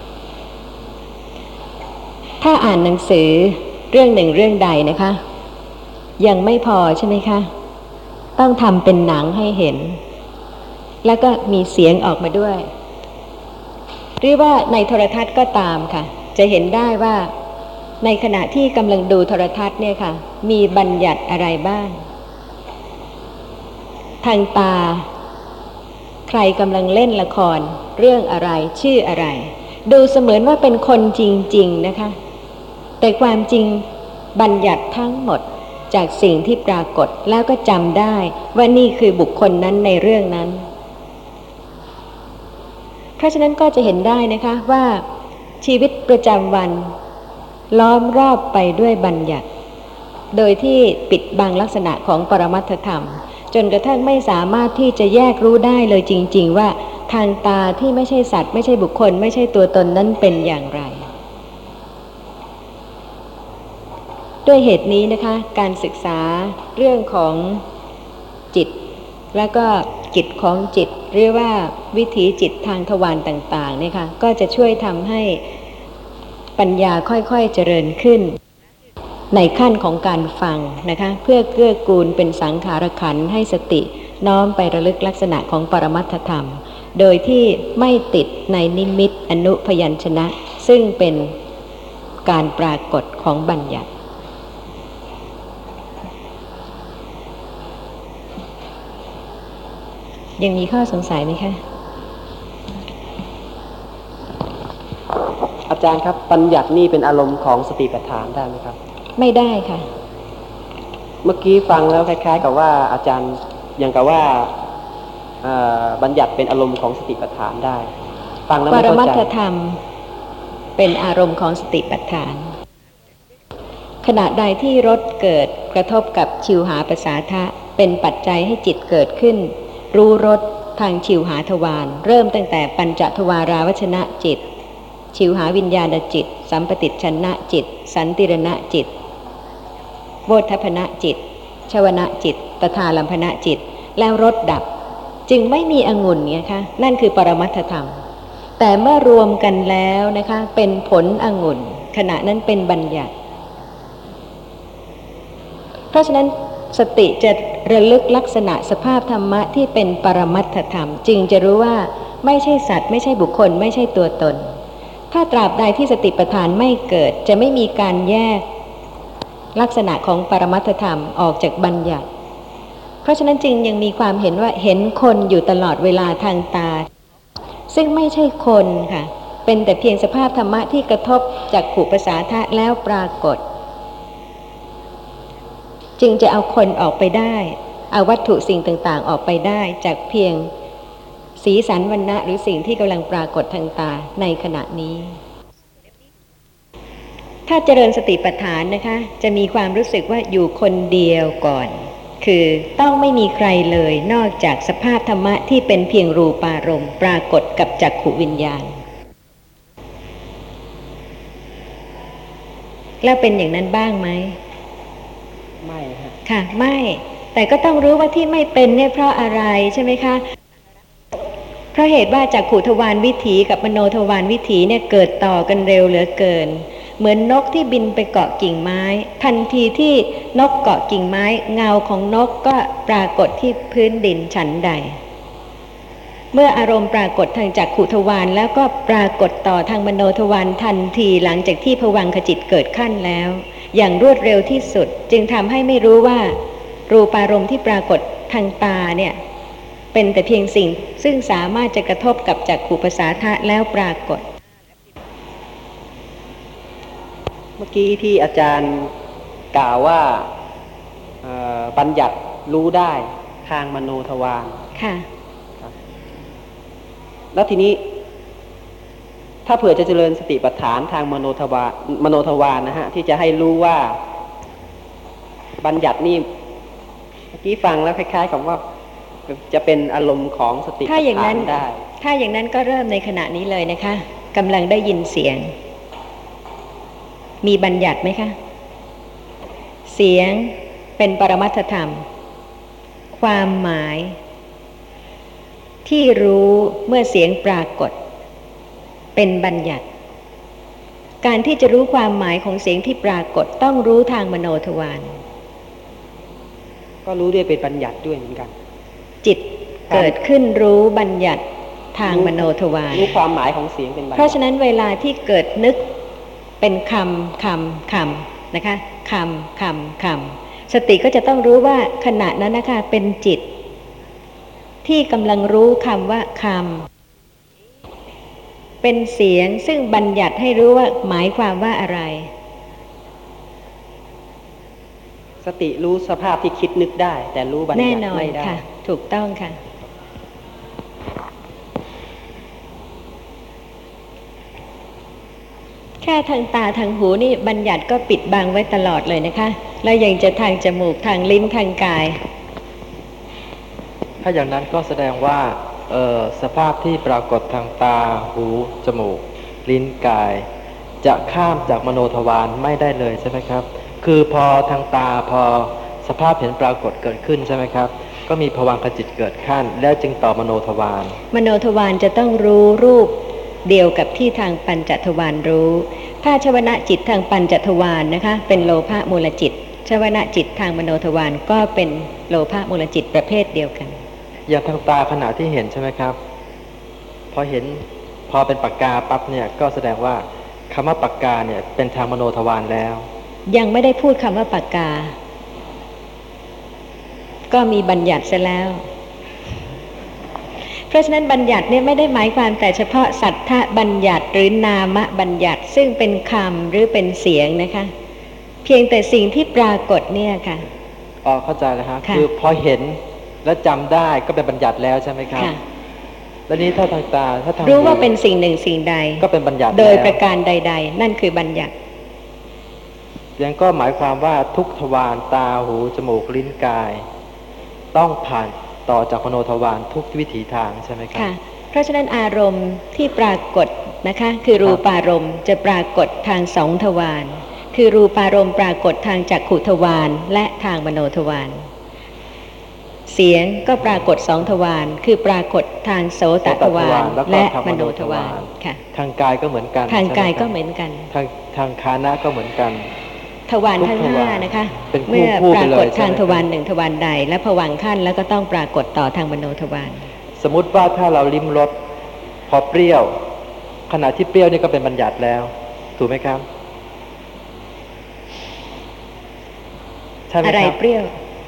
A: ถ้าอ่านหนังสือเรื่องหนึ่งเรื่องใดนะคะยังไม่พอใช่ไหมคะต้องทำเป็นหนังให้เห็นแล้วก็มีเสียงออกมาด้วยหรือว่าในโทรทัศน์ก็ตามค่ะจะเห็นได้ว่าในขณะที่กำลังดูโทรทัศน์เนี่ยค่ะมีบัญญัติอะไรบ้างทางตาใครกำลังเล่นละครเรื่องอะไรชื่ออะไรดูเสมือนว่าเป็นคนจริงๆนะคะแต่ความจริงบัญญัติทั้งหมดจากสิ่งที่ปรากฏแล้วก็จำได้ว่านี่คือบุคคลนั้นในเรื่องนั้นเพราะฉะนั้นก็จะเห็นได้นะคะว่าชีวิตประจำวันล้อมรอบไปด้วยบัญญัติโดยที่ปิดบังลักษณะของปรมัตถธรรมจนกระทั่งไม่สามารถที่จะแยกรู้ได้เลยจริงๆว่าทางตาที่ไม่ใช่สัตว์ไม่ใช่บุคคลไม่ใช่ตัวตนนั้นเป็นอย่างไรด้วยเหตุนี้นะคะการศึกษาเรื่องของจิตแล้วก็กิจของจิตเรียกว่าวิถีจิตทางทวารต่างๆเนี่ยค่ะก็จะช่วยทำให้ปัญญาค่อยๆเจริญขึ้นในขั้นของการฟังนะคะเพื่อเกื้อกูลเป็นสังขารขันธ์ให้สติน้อมไประลึกลักษณะของปรมัตถธรรมโดยที่ไม่ติดในนิมิตอนุพยัญชนะซึ่งเป็นการปรากฏของบัญญัติยังมีข้อสงสัยไหมคะ
E: อาจารย์ครับบัญญัตินี่เป็นอารมณ์ของสติปัฏฐานได้ไหมครับ
A: ไม่ได้ค่ะ
E: เมื่อกี้ฟังแล้วคล้ายๆกับว่าอาจารย์อย่างกับว่าบัญญัติเป็นอารมณ์ของสติปัฏฐานได้ฟังแล้วไม่เข้าใจปรมัตถธรรม
A: เป็นอารมณ์ของสติปัฏฐานขณะใดที่รสเกิดกระทบกับชิวหาประสาทะเป็นปัจจัยให้จิตเกิดขึ้นรู้รสทางชิวหาทวารเริ่มตั้งแต่ปัญจทวาราวชนะจิตชิวหาวิญญาณจิตสัมปติชนะจิตสันติรณะจิตโวทัพพนะจิตชวนะจิตตถาลัมพนะจิตแล้วรสดับจึงไม่มีองุ่นไงคะนั่นคือปรมัตถธรรมแต่เมื่อรวมกันแล้วนะคะเป็นผลองุ่นขณะนั้นเป็นบัญญัติเพราะฉะนั้นสติจะระลึกลักษณะสภาพธรรมะที่เป็นปรมัตถธรรมจึงจะรู้ว่าไม่ใช่สัตว์ไม่ใช่บุคคลไม่ใช่ตัวตนถ้าตราบใดที่สติปัฏฐานไม่เกิดจะไม่มีการแยกลักษณะของปรมัตถธรรมออกจากบัญญัติเพราะฉะนั้นจึงยังมีความเห็นว่าเห็นคนอยู่ตลอดเวลาทางตาซึ่งไม่ใช่คนค่ะเป็นแต่เพียงสภาพธรรมะที่กระทบจากจักขุประสาทะแล้วปรากฏจึงจะเอาคนออกไปได้เอาวัตถุสิ่งต่างๆออกไปได้จากเพียงสีสันวรรณะหรือสิ่งที่กำลังปรากฏทางตาในขณะนี้ถ้าเจริญสติปัฏฐานนะคะจะมีความรู้สึกว่าอยู่คนเดียวก่อนคือต้องไม่มีใครเลยนอกจากสภาพธรรมะที่เป็นเพียงรูปารมณ์ปรากฏกับจักขุวิญญาณแล้วเป็นอย่างนั้นบ้างไหม
E: ไม่
A: ค่ะไม่แต่ก็ต้องรู้ว่าที่ไม่เป็นเนี่ยเพราะอะไรใช่ไหมคะเพราะเหตุว่าจักขุทวารวิถีกับมโนทวารวิถีเนี่ยเกิดต่อกันเร็วเหลือเกินเหมือนนกที่บินไปเกาะกิ่งไม้ทันทีที่นกเกาะกิ่งไม้เงาของนกก็ปรากฏที่พื้นดินฉันใดเมื่ออารมณ์ปรากฏทางจักขุทวารแล้วก็ปรากฏต่อทางมโนทวารทันทีหลังจากที่ภวังคจิตเกิดขั้นแล้วอย่างรวดเร็วที่สุดจึงทำให้ไม่รู้ว่ารูปารมณ์ที่ปรากฏทางตาเนี่ยเป็นแต่เพียงสิ่งซึ่งสามารถจะกระทบกับจักขุประสาทะแล้วปรากฏ
E: เมื่อกี้ที่อาจารย์กล่าวว่าบัญญัติรู้ได้ทางมโนทวาร
A: ค่ะ
E: แล้วทีนี้ถ้าเผื่อจะเจริญสติปัฏฐานทางมโนทวารนะฮะที่จะให้รู้ว่าบัญญัตินี่เมื่อกี้ฟังแล้วคล้ายๆกับว่าจะเป็นอารมณ์ของสติปัฏฐานได้
A: ถ้าอย่างนั้นก็เริ่มในขณะนี้เลยนะคะกำลังได้ยินเสียงมีบัญญัติไหมคะเสียงเป็นปรมัตถธรรมความหมายที่รู้เมื่อเสียงปรากฏเป็นบัญญัติการที่จะรู้ความหมายของเสียงที่ปรากฏต้องรู้ทางมโนทวาร
E: ก็รู้ด้วยเป็นบัญญัติด้วยเหมือนกัน
A: จิตเกิดขึ้นรู้บัญญัติทางมโนทวาร
E: รู้ความหมายของเสียงเป็นบัญญัติ
A: เพราะฉะนั้นเวลาที่เกิดนึกเป็นคำนะคะคำสติก็จะต้องรู้ว่าขณะนั้นนะคะเป็นจิตที่กำลังรู้คำว่าคำเป็นเสียงซึ่งบัญญัติให้รู้ว่าหมายความว่าอะไร
E: สติรู้สภาพที่คิดนึกได้แต่รู้บัญญัติไม่ได้แน่นอนค่ะ
A: ถูกต้องค่ะแค่ทางตาทางหูนี่บัญญัติก็ปิดบังไว้ตลอดเลยนะคะแล้วยังจะทางจมูกทางลิ้นทางกาย
F: ถ้าอย่างนั้นก็แสดงว่าสภาพที่ปรากฏทางตาหูจมูกลิ้นกายจะข้ามจากมโนทวารไม่ได้เลยใช่ไหมครับคือพอทางตาพอสภาพเห็นปรากฏเกิดขึ้นใช่ไหมครับก็มีภวังคจิตเกิดขั้นแล้วจึงต่อมโนทวาร
A: มโนทวารจะต้องรู้รูปเดียวกับที่ทางปัญจทวารรู้ถ้าชวนะจิตทางปัญจทวารนะคะเป็นโลภะมูลจิตชวนะจิตทางมโนทวารก็เป็นโลภะมูลจิตประเภทเดียวกัน
F: อย่างทางตาขณะที่เห็นใช่ไหมครับพอเห็นพอเป็นปากกาปั๊บเนี่ยก็แสดงว่าคำว่าปากกาเนี่ยเป็นทางมโนทวารแล้ว
A: ยังไม่ได้พูดคำว่าปากกาก็มีบัญญัติซะแล้วเพราะฉะนั้นบัญญัติเนี่ยไม่ได้หมายความแต่เฉพาะสัทธบัญญัติหรือนามบัญญัติซึ่งเป็นคำหรือเป็นเสียงนะคะเพียงแต่สิ่งที่ปรากฏเนี่ยค่ะ
F: เข้าใจแล้วครับคือพอเห็นและจำได้ก็เป็นบัญญัติแล้วใช่ไหมครับแล้วนี้ถ้าทางตาถ้าทาง
A: รู้ว่าเป็นสิ่งหนึ่งสิ่งใด
F: ก็เป็นบัญญัติ
A: โดยประการใดๆนั่นคือบัญญัติ
F: ยังก็หมายความว่าทุกทวารตาหูจมูกลิ้นกายต้องผ่านต่อจากมโนทวารทุกวิถีทางใช่ไหมครับ
A: ค่ะเพราะฉะนั้นอารมณ์ที่ปรากฏนะคะคือรูปารมณ์จะปรากฏทางสองทวารคือรูปารมณ์ปรากฏทางจักขุทวารและทางมโนทวารเสียงก็ปรากฏสองทวารคือปรากฏทางโสตทวารและมโนทวารค่ะ
F: ทางกายก็เหมือนกัน
A: ทางกายก็เหมือนกัน
F: ทางคานะก็เหมือนกัน
A: ทวารทั้งห้านะคะ
F: เป็นคู่
A: เมื่อปรากฏทาง
F: ไปเลย
A: ทวารหนึ่งทวารใดและภวังค์ขั้นแล้วก็ต้องปรากฏต่อทางมโนทวาร
F: สมมุติว่าถ้าเราลิ้มรสพอเปรี้ยวขณะที่เปรี้ยวนี่ก็เป็นบัญญัติแล้วถูกไหมครับใช่ไหมครับ
A: อะไรเปรี้ยว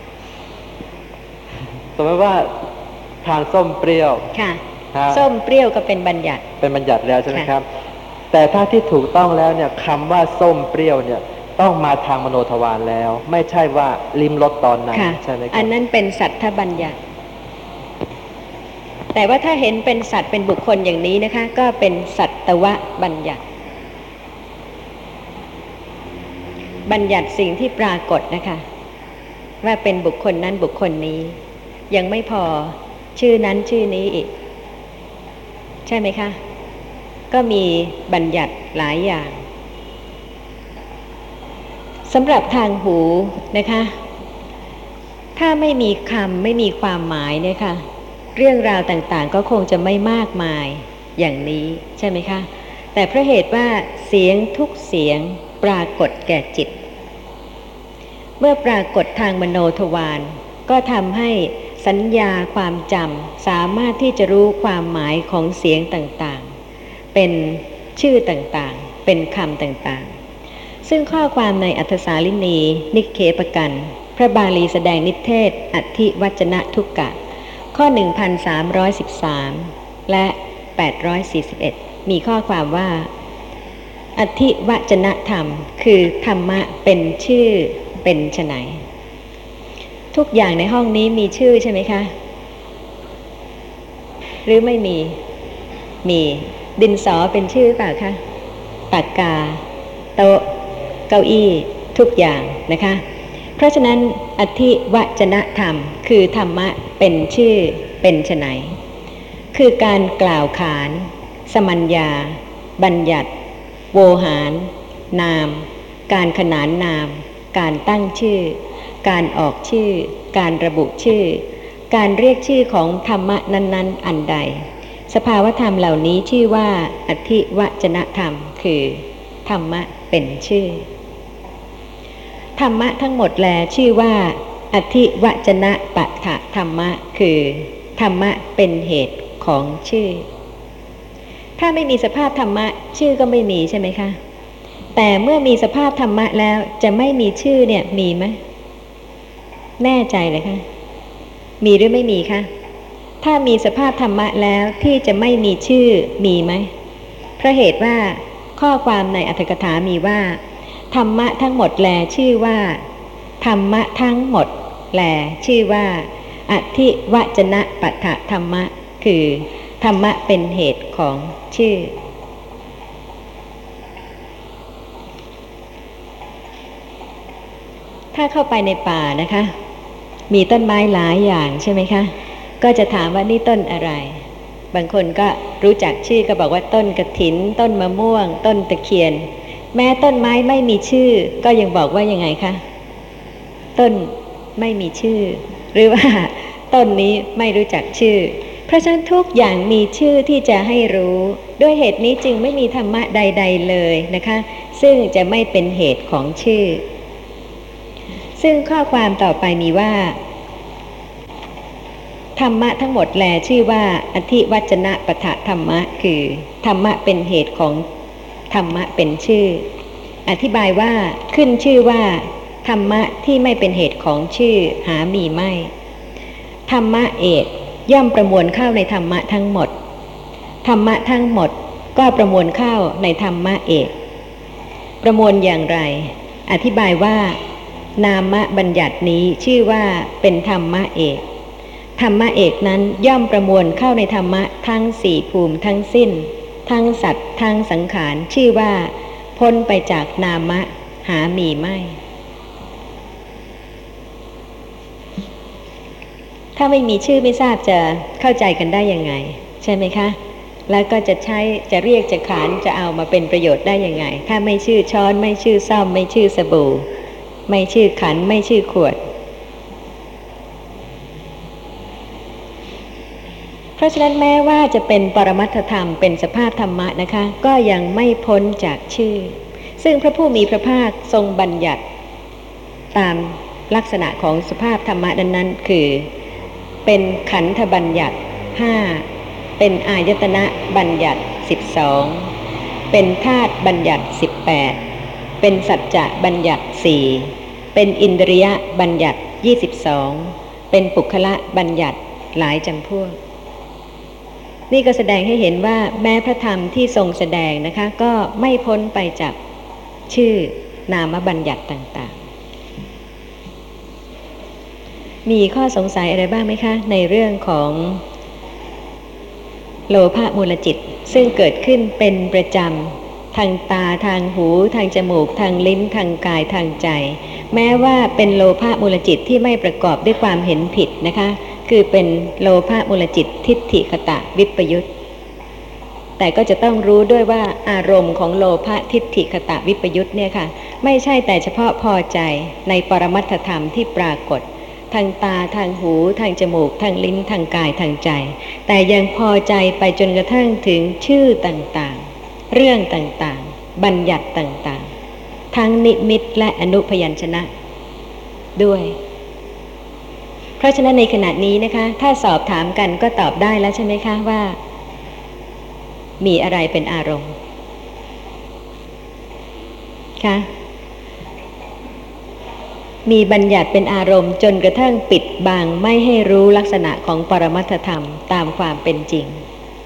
F: สมมติว่าทานส้มเปรี้ยว
A: ค่ะส้มเปรี้ยวก็เป็นบัญญัติ
F: เป็นบัญญัติแล้วใช่ไหมครับแต่ถ้าที่ถูกต้องแล้วเนี่ยคำว่าส้มเปรี้ยวเนี่ยต้องมาทางมโนทวารแล้วไม่ใช่ว่าลิ้มรสตอนนั้นใช่ไหมครับ
A: อันนั้นเป็นสัทธบัญญัติแต่ว่าถ้าเห็นเป็นสัตว์เป็นบุคคลอย่างนี้นะคะก็เป็นสัตวบัญญัติบัญญัติสิ่งที่ปรากฏนะคะว่าเป็นบุคคลนั้นบุคคลนี้ยังไม่พอชื่อนั้นชื่อนี้อีกใช่ไหมคะก็มีบัญญัติหลายอย่างสำหรับทางหูนะคะถ้าไม่มีคำไม่มีความหมายเนี่ยค่ะเรื่องราวต่างๆก็คงจะไม่มากมายอย่างนี้ใช่ไหมคะแต่เพราะเหตุว่าเสียงทุกเสียงปรากฏแก่จิตเมื่อปรากฏทางมโนทวารก็ทำให้สัญญาความจำสามารถที่จะรู้ความหมายของเสียงต่างๆเป็นชื่อต่างๆเป็นคำต่างๆซึ่งข้อความในอัฏฐสาลินีนิเคปกันพระบาลีแสดงนิเทศอธิวัจนะทุกกะข้อ 1313 และ 841 มีข้อความว่าอธิวัจนะธรรมคือธรรมะเป็นชื่อเป็นไฉนทุกอย่างในห้องนี้มีชื่อใช่ไหมคะหรือไม่มีดินสอเป็นชื่อเปล่าคะปากกาโต๊ะเก้าอี้ทุกอย่างนะคะเพราะฉะนั้นอธิวัจนะธรรมคือธรรมะเป็นชื่อเป็นไฉนคือการกล่าวขานสมัญญาบัญญัติโวหารนามการขนานนามการตั้งชื่อการออกชื่อการระบุชื่อการเรียกชื่อของธรรมะนั้นๆอันใดสภาวธรรมเหล่านี้ชื่อว่าอธิวัจนะธรรมคือธรรมะเป็นชื่อธรรมะทั้งหมดแลชื่อว่าอธิวัจนะปะทะธรรมะคือธรรมะเป็นเหตุของชื่อถ้าไม่มีสภาพธรรมะชื่อก็ไม่มีใช่ไหมคะแต่เมื่อมีสภาพธรรมะแล้วจะไม่มีชื่อเนี่ยมีไหมแน่ใจเลยคะมีหรือไม่มีคะถ้ามีสภาพธรรมะแล้วที่จะไม่มีชื่อมีไหมเพราะเหตุว่าข้อความในอรรถกถามีว่าธรรมะทั้งหมดแลชื่อว่าธรรมะทั้งหมดแลชื่อว่าอธิวัจนะปัฏฐธรรมะคือธรรมะเป็นเหตุของชื่อถ้าเข้าไปในป่านะคะมีต้นไม้หลายอย่างใช่ไหมคะก็จะถามว่านี่ต้นอะไรบางคนก็รู้จักชื่อก็บอกว่าต้นกฐินต้นมะม่วงต้นตะเคียนแม้ต้นไม้ไม่มีชื่อก็ยังบอกว่ายังไงคะต้นไม่มีชื่อหรือว่าต้นนี้ไม่รู้จักชื่อเพราะฉะนั้นทุกอย่างมีชื่อที่จะให้รู้ด้วยเหตุนี้จึงไม่มีธรรมะใดๆเลยนะคะซึ่งจะไม่เป็นเหตุของชื่อซึ่งข้อความต่อไปมีว่าธรรมะทั้งหมดแลชื่อว่าอธิวัจนะปะทะธรรมะคือธรรมะเป็นเหตุของธรรมะเป็นชื่ออธิบายว่าขึ้นชื่อว่าธรรมะที่ไม่เป็นเหตุของชื่อหามีไม่ธรรมะเอกย่อมประมวลเข้าในธรรมะทั้งหมดธรรมะทั้งหมดก็ประมวลเข้าในธรรมะเอกประมวลอย่างไรอธิบายว่านามบัญญัตินี้ชื่อว่าเป็นธรรมะเอกธรรมะเอกนั้นย่อมประมวลเข้าในธรรมะทั้งสี่ภูมิทั้งสิ้นทั้งสัตว์ทั้งสังขารชื่อว่าพ้นไปจากนามะหามีไม่ ถ้าไม่มีชื่อไม่ทราบจะเข้าใจกันได้ยังไงใช่ไหมคะแล้วก็จะใช้จะเรียกจะขานจะเอามาเป็นประโยชน์ได้ยังไงถ้าไม่ชื่อช้อนไม่ชื่อซ่อมไม่ชื่อสบู่ไม่ชื่อขันไม่ชื่อขวดเพราะฉะนั้นแม้ว่าจะเป็นปรมัตถธรรมเป็นสภาพธรรมะนะคะก็ยังไม่พ้นจากชื่อซึ่งพระผู้มีพระภาคทรงบัญญัติตามลักษณะของสภาพธรรมะนั้นๆคือเป็นขันธบัญญัติ5เป็นอายตนะบัญญัติ12เป็นธาตุบัญญัติ18เป็นสัจจะบัญญัติ4เป็นอินทรียบัญญัติ22เป็นปุคละบัญญัติหลายจำพวกนี่ก็แสดงให้เห็นว่าแม้พระธรรมที่ทรงแสดงนะคะก็ไม่พ้นไปจากชื่อนามบัญญัติต่างๆมีข้อสงสัยอะไรบ้างไหมคะในเรื่องของโลภะมูลจิตซึ่งเกิดขึ้นเป็นประจำทางตาทางหูทางจมูกทางลิ้นทางกายทางใจแม้ว่าเป็นโลภะมูลจิตที่ไม่ประกอบด้วยความเห็นผิดนะคะคือเป็นโลภะมูลจิตทิฏฐิคตะวิปยุตแต่ก็จะต้องรู้ด้วยว่าอารมณ์ของโลภะทิฏฐิคตะวิปยุตเนี่ยค่ะไม่ใช่แต่เฉพาะพอใจในปรมัตถธรรมที่ปรากฏทางตาทางหูทางจมูกทางลิ้นทางกายทางใจแต่ยังพอใจไปจนกระทั่งถึงชื่อต่างๆเรื่องต่างๆบัญญัติต่างๆทั้งนิมิตและอนุพยัญชนะด้วยเพราะฉะนั้นในขณะนี้นะคะถ้าสอบถามกันก็ตอบได้แล้วใช่ไหมคะว่ามีอะไรเป็นอารมณ์คะมีบัญญัติเป็นอารมณ์จนกระทั่งปิดบังไม่ให้รู้ลักษณะของปรมัตถธรรมตามความเป็นจริง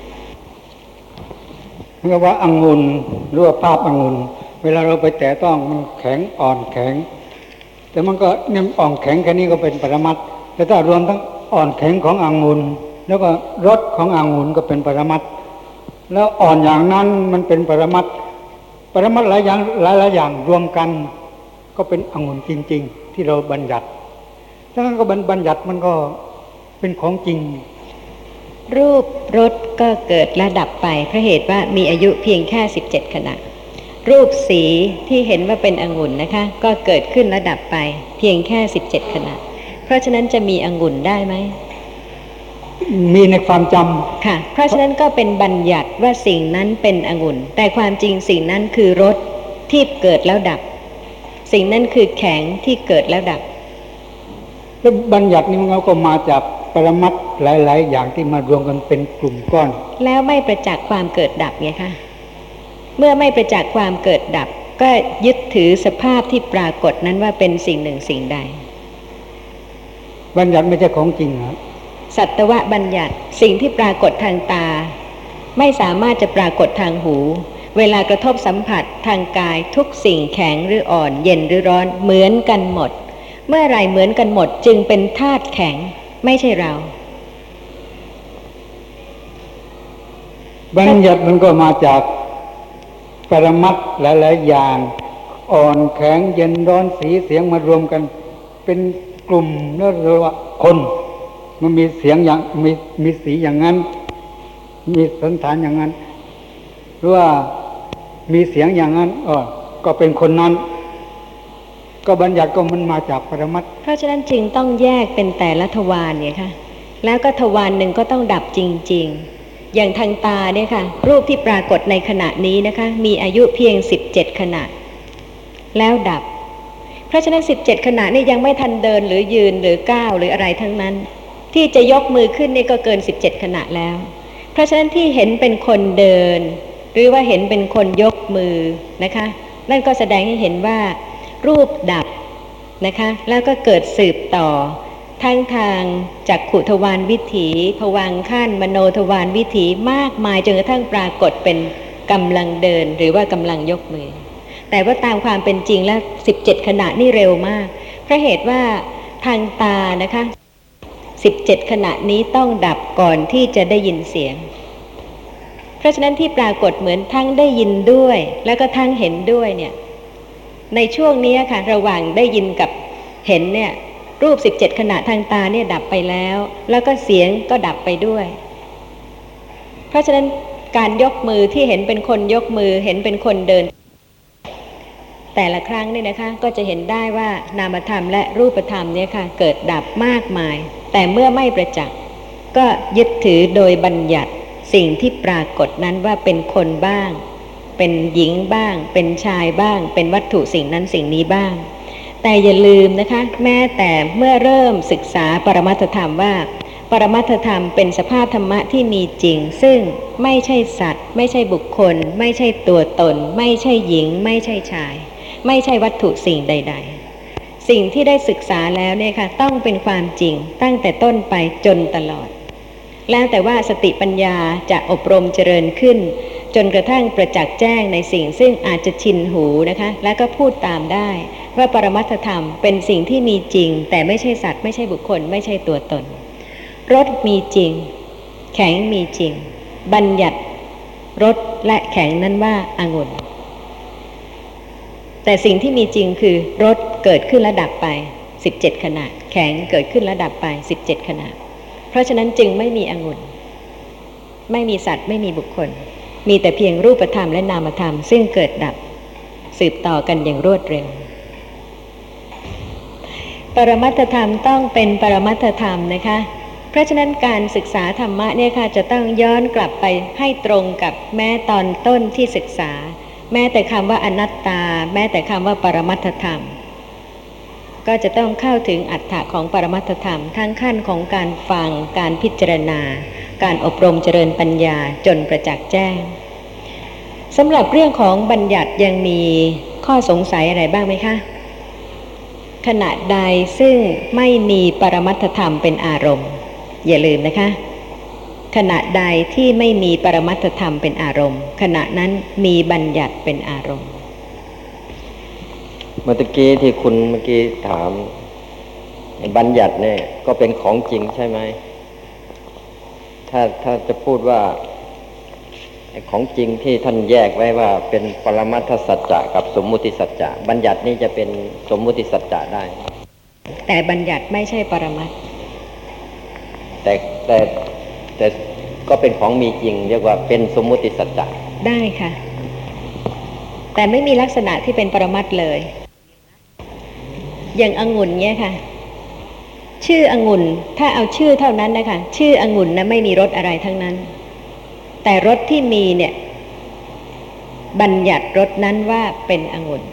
G: เมื่อว่าองุ่นหรือว่าภาพองุ่นเวลาเราไปแตะต้องมันแข็งอ่อนแข็งแต่มันก็เนี่ยอ่อนแข็งแค่นี้ก็เป็นปรมัตถ์แต่ถ้ารวมทั้งอ่อนแข็งขององุ่นแล้วก็รสขององุ่นก็เป็นปรมัตถ์แล้วอ่อนอย่างนั้นมันเป็นปรมัตถ์หลายอย่างหลายอย่างรวมกันก็เป็นองุ่นจริงๆที่เราบัญญัติถ้างั้นก็บัญญัติมันก็เป็นของจริง
A: รูปรสก็เกิดและดับไปเพราะเหตุว่ามีอายุเพียงแค่17ขณะรูปสีที่เห็นว่าเป็นองุ่นนะคะก็เกิดขึ้นและดับไปเพียงแค่17ขณะเพราะฉะนั้นจะมีองุ่นได้ไหม
G: มีในความจำ
A: ค่ะเพราะฉะนั้นก็เป็นบัญญัติว่าสิ่งนั้นเป็นองุ่นแต่ความจริงสิ่งนั้นคือรสที่เกิดแล้วดับสิ่งนั้นคือแข็งที่เกิดแล้วดับ
G: แล้วบัญญัตินี้มันก็มาจากปรมัตถ์หลายๆอย่างที่มารวมกันเป็นกลุ่มก้อน
A: แล้วไม่ประจักษ์ความเกิดดับไงคะเมื่อไม่ประจักษ์ความเกิดดับก็ยึดถือสภาพที่ปรากฏนั้นว่าเป็นสิ่งหนึ่งสิ่งใด
G: บัญญัติไม่ใช่ของจริงครับ
A: สัตวบัญญัติสิ่งที่ปรากฏทางตาไม่สามารถจะปรากฏทางหูเวลากระทบสัมผัสทางกายทุกสิ่งแข็งหรืออ่อนเย็นหรือร้อนเหมือนกันหมดเมื่อไรเหมือนกันหมดจึงเป็นธาตุแข็งไม่ใช่เรา
G: บัญญัติมันก็มาจากปรมัตถ์หลายๆอย่างอ่อนแข็งเย็นร้อนสีเสียงมารวมกันเป็นกลุ่มแล้วเรียกว่าคนมันมีเสียงอย่างมีสีอย่างนั้นมีสันฐานอย่างนั้นหรือว่ามีเสียงอย่างนั้นก็เป็นคนนั้นก็บัญญัติก็มันมาจากปรมัตถ์
A: เพราะฉะนั้นจึงต้องแยกเป็นแต่ละทวารเนี่ยค่ะแล้วก็ทวารหนึ่งก็ต้องดับจริงๆอย่างทางตาเนี่ยค่ะรูปที่ปรากฏในขณะนี้นะคะมีอายุเพียง17ขณะแล้วดับเพราะฉะนั้น17ขณะนี่ยังไม่ทันเดินหรือยืนหรือก้าวหรืออะไรทั้งนั้นที่จะยกมือขึ้นนี่ก็เกิน17ขณะแล้วเพราะฉะนั้นที่เห็นเป็นคนเดินหรือว่าเห็นเป็นคนยกมือนะคะนั่นก็แสดงให้เห็นว่ารูปดับนะคะแล้วก็เกิดสืบต่อทั้งทางจักขุทวารวิถีภวังค์ขั้นมโนทวารวิถีมากมายจนกระทั่งปรากฏเป็นกำลังเดินหรือว่ากำลังยกมือแต่ว่าตามความเป็นจริงแล้ว17ขณะนี่เร็วมากเพราะเหตุว่าทางตานะคะ17ขณะนี้ต้องดับก่อนที่จะได้ยินเสียงเพราะฉะนั้นที่ปรากฏเหมือนทั้งได้ยินด้วยแล้วก็ทั้งเห็นด้วยเนี่ยในช่วงนี้ค่ะระหว่างได้ยินกับเห็นเนี่ยรูป17ขณะทางตาเนี่ยดับไปแล้วแล้วก็เสียงก็ดับไปด้วยเพราะฉะนั้นการยกมือที่เห็นเป็นคนยกมือเห็นเป็นคนเดินแต่ละครั้งเนี่ยนะคะก็จะเห็นได้ว่านามธรรมและรูปธรรมเนี่ยค่ะเกิดดับมากมายแต่เมื่อไม่ประจักษ์ก็ยึดถือโดยบัญญัติสิ่งที่ปรากฏนั้นว่าเป็นคนบ้างเป็นหญิงบ้างเป็นชายบ้างเป็นวัตถุสิ่งนั้นสิ่งนี้บ้างแต่อย่าลืมนะคะแม้แต่เมื่อเริ่มศึกษาปรมัตถธรรมว่าปรมัตถธรรมเป็นสภาพธรรมะที่มีจริงซึ่งไม่ใช่สัตว์ไม่ใช่บุคคลไม่ใช่ตัวตนไม่ใช่หญิงไม่ใช่ชายไม่ใช่วัตถุสิ่งใดๆสิ่งที่ได้ศึกษาแล้วเนี่ยค่ะต้องเป็นความจริงตั้งแต่ต้นไปจนตลอดแล้วแต่ว่าสติปัญญาจะอบรมเจริญขึ้นจนกระทั่งประจักษ์แจ้งในสิ่งซึ่งอาจจะชินหูนะคะแล้วก็พูดตามได้ว่าปรมัตถธรรมเป็นสิ่งที่มีจริงแต่ไม่ใช่สัตว์ไม่ใช่บุคคลไม่ใช่ตัวตนรสมีจริงแข็งมีจริงบัญญัติรสและแข็งนั้นว่าองุ่นแต่สิ่งที่มีจริงคือรสเกิดขึ้นและดับไป17ขณะแข็งเกิดขึ้นและดับไป17ขณะเพราะฉะนั้นจึงไม่มีองุ่นไม่มีสัตว์ไม่มีบุคคลมีแต่เพียงรูปธรรมและนามธรรมซึ่งเกิดดับสืบต่อกันอย่างรวดเร็วปรมัตถธรรมต้องเป็นปรมัตถธรรมนะคะเพราะฉะนั้นการศึกษาธรรมะเนี่ยค่ะจะต้องย้อนกลับไปให้ตรงกับแม้ตอนต้นที่ศึกษาแม้แต่คำว่าอนัตตาแม้แต่คำว่าปรมัตถธรรมก็จะต้องเข้าถึงอรรถะของปรมัตถธรรมทั้งขั้นของการฟังการพิจารณาการอบรมเจริญปัญญาจนประจักษ์แจ้งสำหรับเรื่องของบัญญัติยังมีข้อสงสัยอะไรบ้างไหมคะขณะใดซึ่งไม่มีปรมัตถธรรมเป็นอารมณ์อย่าลืมนะคะขณะใดที่ไม่มีปรมัตถธรรมเป็นอารมณ์ขณะนั้นมีบัญญัติเป็นอารมณ์
C: เมื่อกี้ที่คุณเมื่อกี้ถามบัญญัติเนี่ยก็เป็นของจริงใช่ไหมถ้าจะพูดว่าของจริงที่ท่านแยกไว้ว่าเป็นปรมัตถสัจจะกับสมมุติสัจจะบัญญัตินี่จะเป็นสมมุติสัจจะได้
A: แต่บัญญัติไม่ใช่ปรมัตถ์
C: แต่ก็เป็นของมีจริงเรียกว่าเป็นสมมุติสัจจะ
A: ได้ค่ะแต่ไม่มีลักษณะที่เป็นปรมัตถ์เลยอย่างองุ่นเนี่ยค่ะชื่อองุ่นถ้าเอาชื่อเท่านั้นนะคะชื่อองุ่นนะไม่มีรสอะไรทั้งนั้นแต่รสที่มีเนี่ยบัญญัติรสนั้นว่าเป็นองุ่น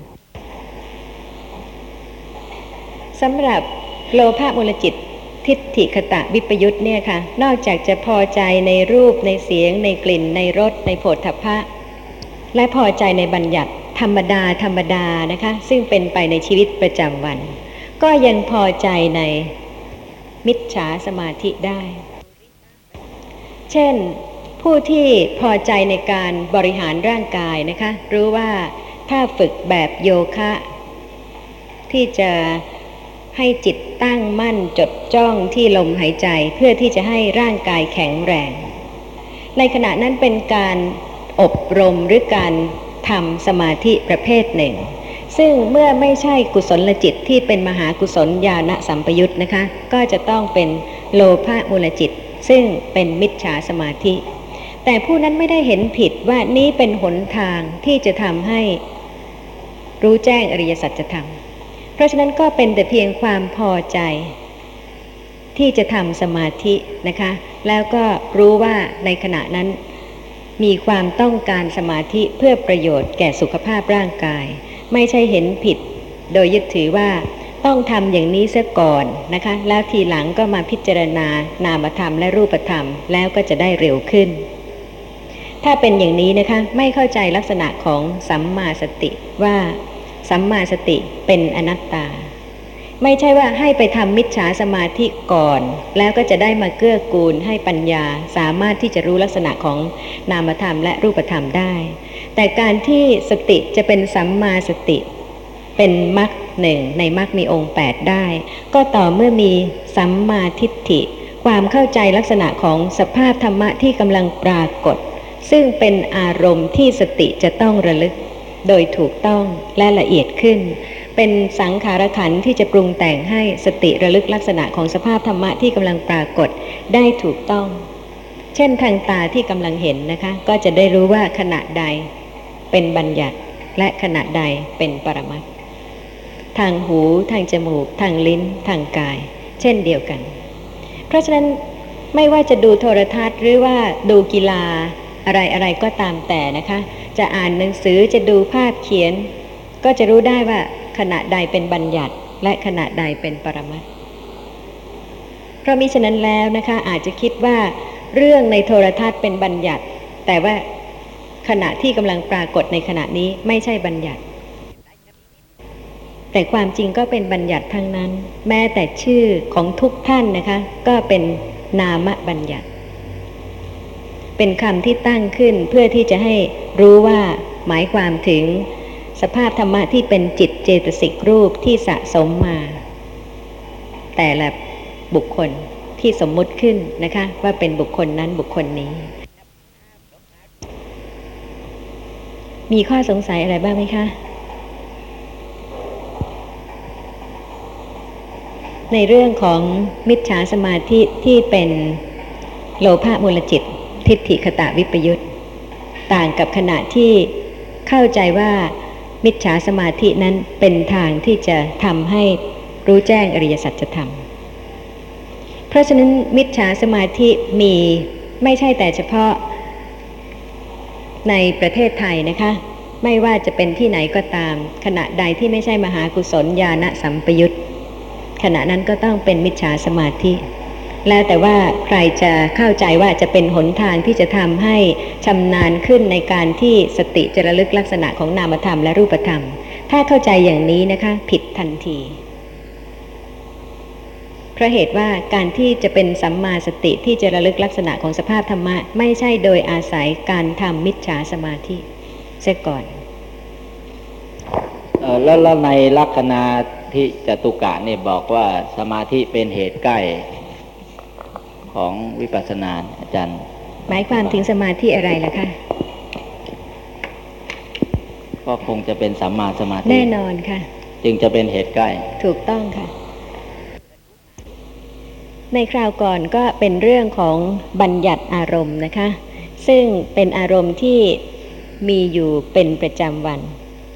A: สำหรับโลภะมูลจิตทิฏฐิคตะวิปยุตเนี่ยค่ะนอกจากจะพอใจในรูปในเสียงในกลิ่นในรสในโผฏฐัพพะและพอใจในบัญญัติธรรมดานะคะซึ่งเป็นไปในชีวิตประจำวันก็ยังพอใจในมิจฉาสมาธิได้เช่นผู้ที่พอใจในการบริหารร่างกายนะคะรู้ว่าถ้าฝึกแบบโยคะที่จะให้จิตตั้งมั่นจดจ้องที่ลมหายใจเพื่อที่จะให้ร่างกายแข็งแรงในขณะนั้นเป็นการอบรมหรือการทำสมาธิประเภทหนึ่งซึ่งเมื่อไม่ใช่กุศลจิตที่เป็นมหากุศลญาณสัมปยุตนะคะก็จะต้องเป็นโลภะมูลจิตซึ่งเป็นมิจฉาสมาธิแต่ผู้นั้นไม่ได้เห็นผิดว่านี้เป็นหนทางที่จะทำให้รู้แจ้งอริยสัจธรรมเพราะฉะนั้นก็เป็นแต่เพียงความพอใจที่จะทำสมาธินะคะแล้วก็รู้ว่าในขณะนั้นมีความต้องการสมาธิเพื่อประโยชน์แก่สุขภาพร่างกายไม่ใช่เห็นผิดโดยยึดถือว่าต้องทำอย่างนี้เสียก่อนนะคะแล้วทีหลังก็มาพิจารณานามธรรมและรูปธรรมแล้วก็จะได้เร็วขึ้นถ้าเป็นอย่างนี้นะคะไม่เข้าใจลักษณะของสัมมาสติว่าสัมมาสติเป็นอนัตตาไม่ใช่ว่าให้ไปทำมิจฉาสมาธิก่อนแล้วก็จะได้มาเกื้อกูลให้ปัญญาสามารถที่จะรู้ลักษณะของนามธรรมและรูปธรรมได้แต่การที่สติจะเป็นสัมมาสติเป็นมรรคหนึ่งในมรรคมีองค์8ได้ก็ต่อเมื่อมีสัมมาทิฏฐิความเข้าใจลักษณะของสภาพธรรมะที่กำลังปรากฏซึ่งเป็นอารมณ์ที่สติจะต้องระลึกโดยถูกต้องและละเอียดขึ้นเป็นสังขารขันธ์ที่จะปรุงแต่งให้สติระลึกลักษณะของสภาพธรรมะที่กำลังปรากฏได้ถูกต้องเช่นทางตาที่กำลังเห็นนะคะก็จะได้รู้ว่าขณะใดเป็นบัญญัติและขณะใดเป็นปรมัตถ์ทางหูทางจมูกทางลิ้นทางกายเช่นเดียวกันเพราะฉะนั้นไม่ว่าจะดูโทรทัศน์หรือว่าดูกีฬาอะไรก็ตามแต่นะคะจะอ่านหนังสือจะดูภาพเขียนก็จะรู้ได้ว่าขณะใดเป็นบัญญัติและขณะใดเป็นปรมัตถ์เพราะมิฉะนั้นแล้วนะคะอาจจะคิดว่าเรื่องในโทรทัศน์เป็นบัญญัติแต่ว่าขณะที่กำลังปรากฏในขณะนี้ไม่ใช่บัญญัติแต่ความจริงก็เป็นบัญญัติทั้งนั้นแม้แต่ชื่อของทุกท่านนะคะก็เป็นนามบัญญัติเป็นคำที่ตั้งขึ้นเพื่อที่จะให้รู้ว่าหมายความถึงสภาพธรรมะที่เป็นจิตเจตสิกรูปที่สะสมมาแต่ละบุคคลที่สมมุติขึ้นนะคะว่าเป็นบุคคลนั้นบุคคลนี้มีข้อสงสัยอะไรบ้างไหมคะในเรื่องของมิจฉาสมาธิที่เป็นโลภะมูลจิตทิฏฐิคตวิปยุตต่างกับขณะที่เข้าใจว่ามิจฉาสมาธินั้นเป็นทางที่จะทำให้รู้แจ้งอริยสัจธรรมเพราะฉะนั้นมิจฉาสมาธิมีไม่ใช่แต่เฉพาะในประเทศไทยนะคะไม่ว่าจะเป็นที่ไหนก็ตามขณะใดที่ไม่ใช่มหากุศลญาณสัมปยุตขณะนั้นก็ต้องเป็นมิจฉาสมาธิแล้วแต่ว่าใครจะเข้าใจว่าจะเป็นหนทางที่จะทำให้ชำนาญขึ้นในการที่สติจะระลึกลักษณะของนามธรรมและรูปธรรมถ้าเข้าใจอย่างนี้นะคะผิดทันทีเพราะเหตุว่าการที่จะเป็นสัมมาสติที่จะระลึกลักษณะของสภาพธรรมะไม่ใช่โดยอาศัยการทำมิจฉาสมาธิเสียก่อน
H: แล้วในลักษณะที่จตุกะเนี่ยบอกว่าสมาธิเป็นเหตุใกล้ของวิปัสสนาอาจารย์
A: หมายความถึงสมาธิอะไรล่ะคะ
H: ก็คงจะเป็นสัมมาสมาธิ
A: แน่นอนค่ะ
H: จึงจะเป็นเหตุใกล้
A: ถูกต้องค่ะในคราวก่อนก็เป็นเรื่องของบัญญัติอารมณ์นะคะซึ่งเป็นอารมณ์ที่มีอยู่เป็นประจำวัน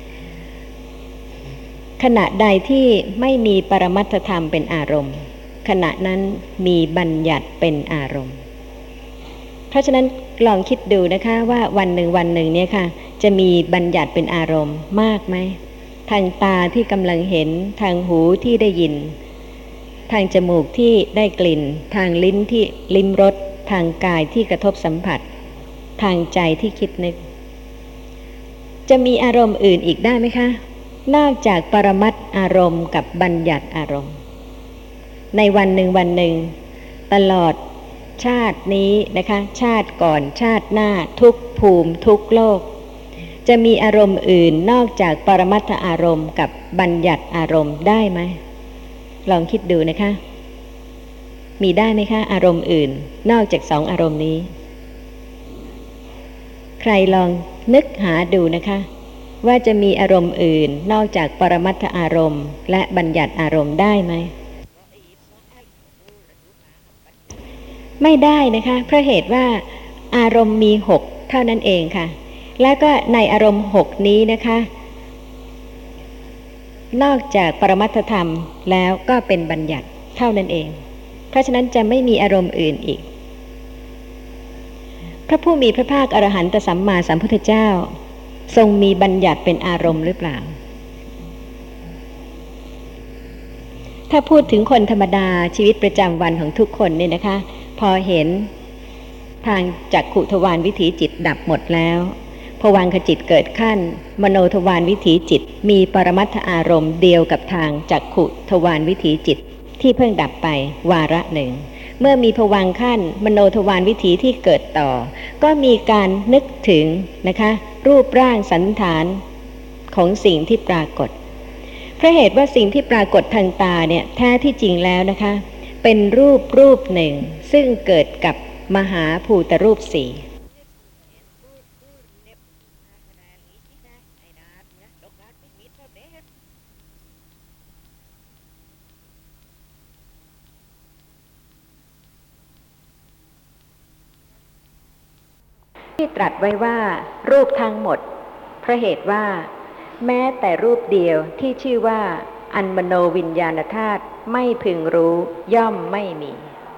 A: ขณะใดที่ไม่มีปรมัตถธรรมเป็นอารมณ์ขณะนั้นมีบัญญัติเป็นอารมณ์เพราะฉะนั้นลองคิดดูนะคะว่าวันหนึ่งเนี่ยค่ะจะมีบัญญัติเป็นอารมณ์มากไหมทางตาที่กำลังเห็นทางหูที่ได้ยินทางจมูกที่ได้กลิ่นทางลิ้นที่ลิ้มรสทางกายที่กระทบสัมผัสทางใจที่คิดนึกจะมีอารมณ์อื่นอีกได้ไหมคะนอกจากปรมัตถ์อารมณ์กับบัญญัติอารมณ์ในวันหนึ่งตลอดชาตินี้นะคะชาติก่อนชาติหน้าทุกภูมิทุกโลกจะมีอารมณ์อื่นนอกจากปรมัตถอารมณ์กับบัญญัติอารมณ์ได้ไหมลองคิดดูนะคะมีได้ไหมคะอารมณ์อื่นนอกจากสองอารมณ์นี้ใครลองนึกหาดูนะคะว่าจะมีอารมณ์อื่นนอกจากปรมัตถอารมณ์และบัญญัติอารมณ์ได้ไหมไม่ได้นะคะเพราะเหตุว่าอารมณ์มี6เท่านั้นเองค่ะแล้วก็ในอารมณ์6นี้นะคะนอกจากปรมัตถธรรมแล้วก็เป็นบัญญัติเท่านั้นเองเพราะฉะนั้นจะไม่มีอารมณ์อื่นอีกพระผู้มีพระภาคอรหันตสัมมาสัมพุทธเจ้าทรงมีบัญญัติเป็นอารมณ์หรือเปล่าถ้าพูดถึงคนธรรมดาชีวิตประจำวันของทุกคนเนี่ยนะคะพอเห็นทางจักขุทวารวิถีจิตดับหมดแล้วภวังคจิตเกิดขั้นมโนทวารวิถีจิตมีปรมัตถอารมณ์เดียวกับทางจักขุทวารวิถีจิตที่เพิ่งดับไปวาระหนึ่งเมื่อมีภวังค์ขั้นมโนทวารวิถีที่เกิดต่อก็มีการนึกถึงนะคะรูปร่างสันฐานของสิ่งที่ปรากฏเพราะเหตุว่าสิ่งที่ปรากฏทางตาเนี่ยแท้ที่จริงแล้วนะคะเป็นรูปหนึ่งซึ่งเกิดกับมหาภูตรูปสี่ที่ตรัสไว้ว่ารูปทั้งหมดเพราะเหตุว่าแม้แต่รูปเดียวที่ชื่อว่าอันมโนวิญญาณธาตุไม่พึงรู้ย่อมไม่มี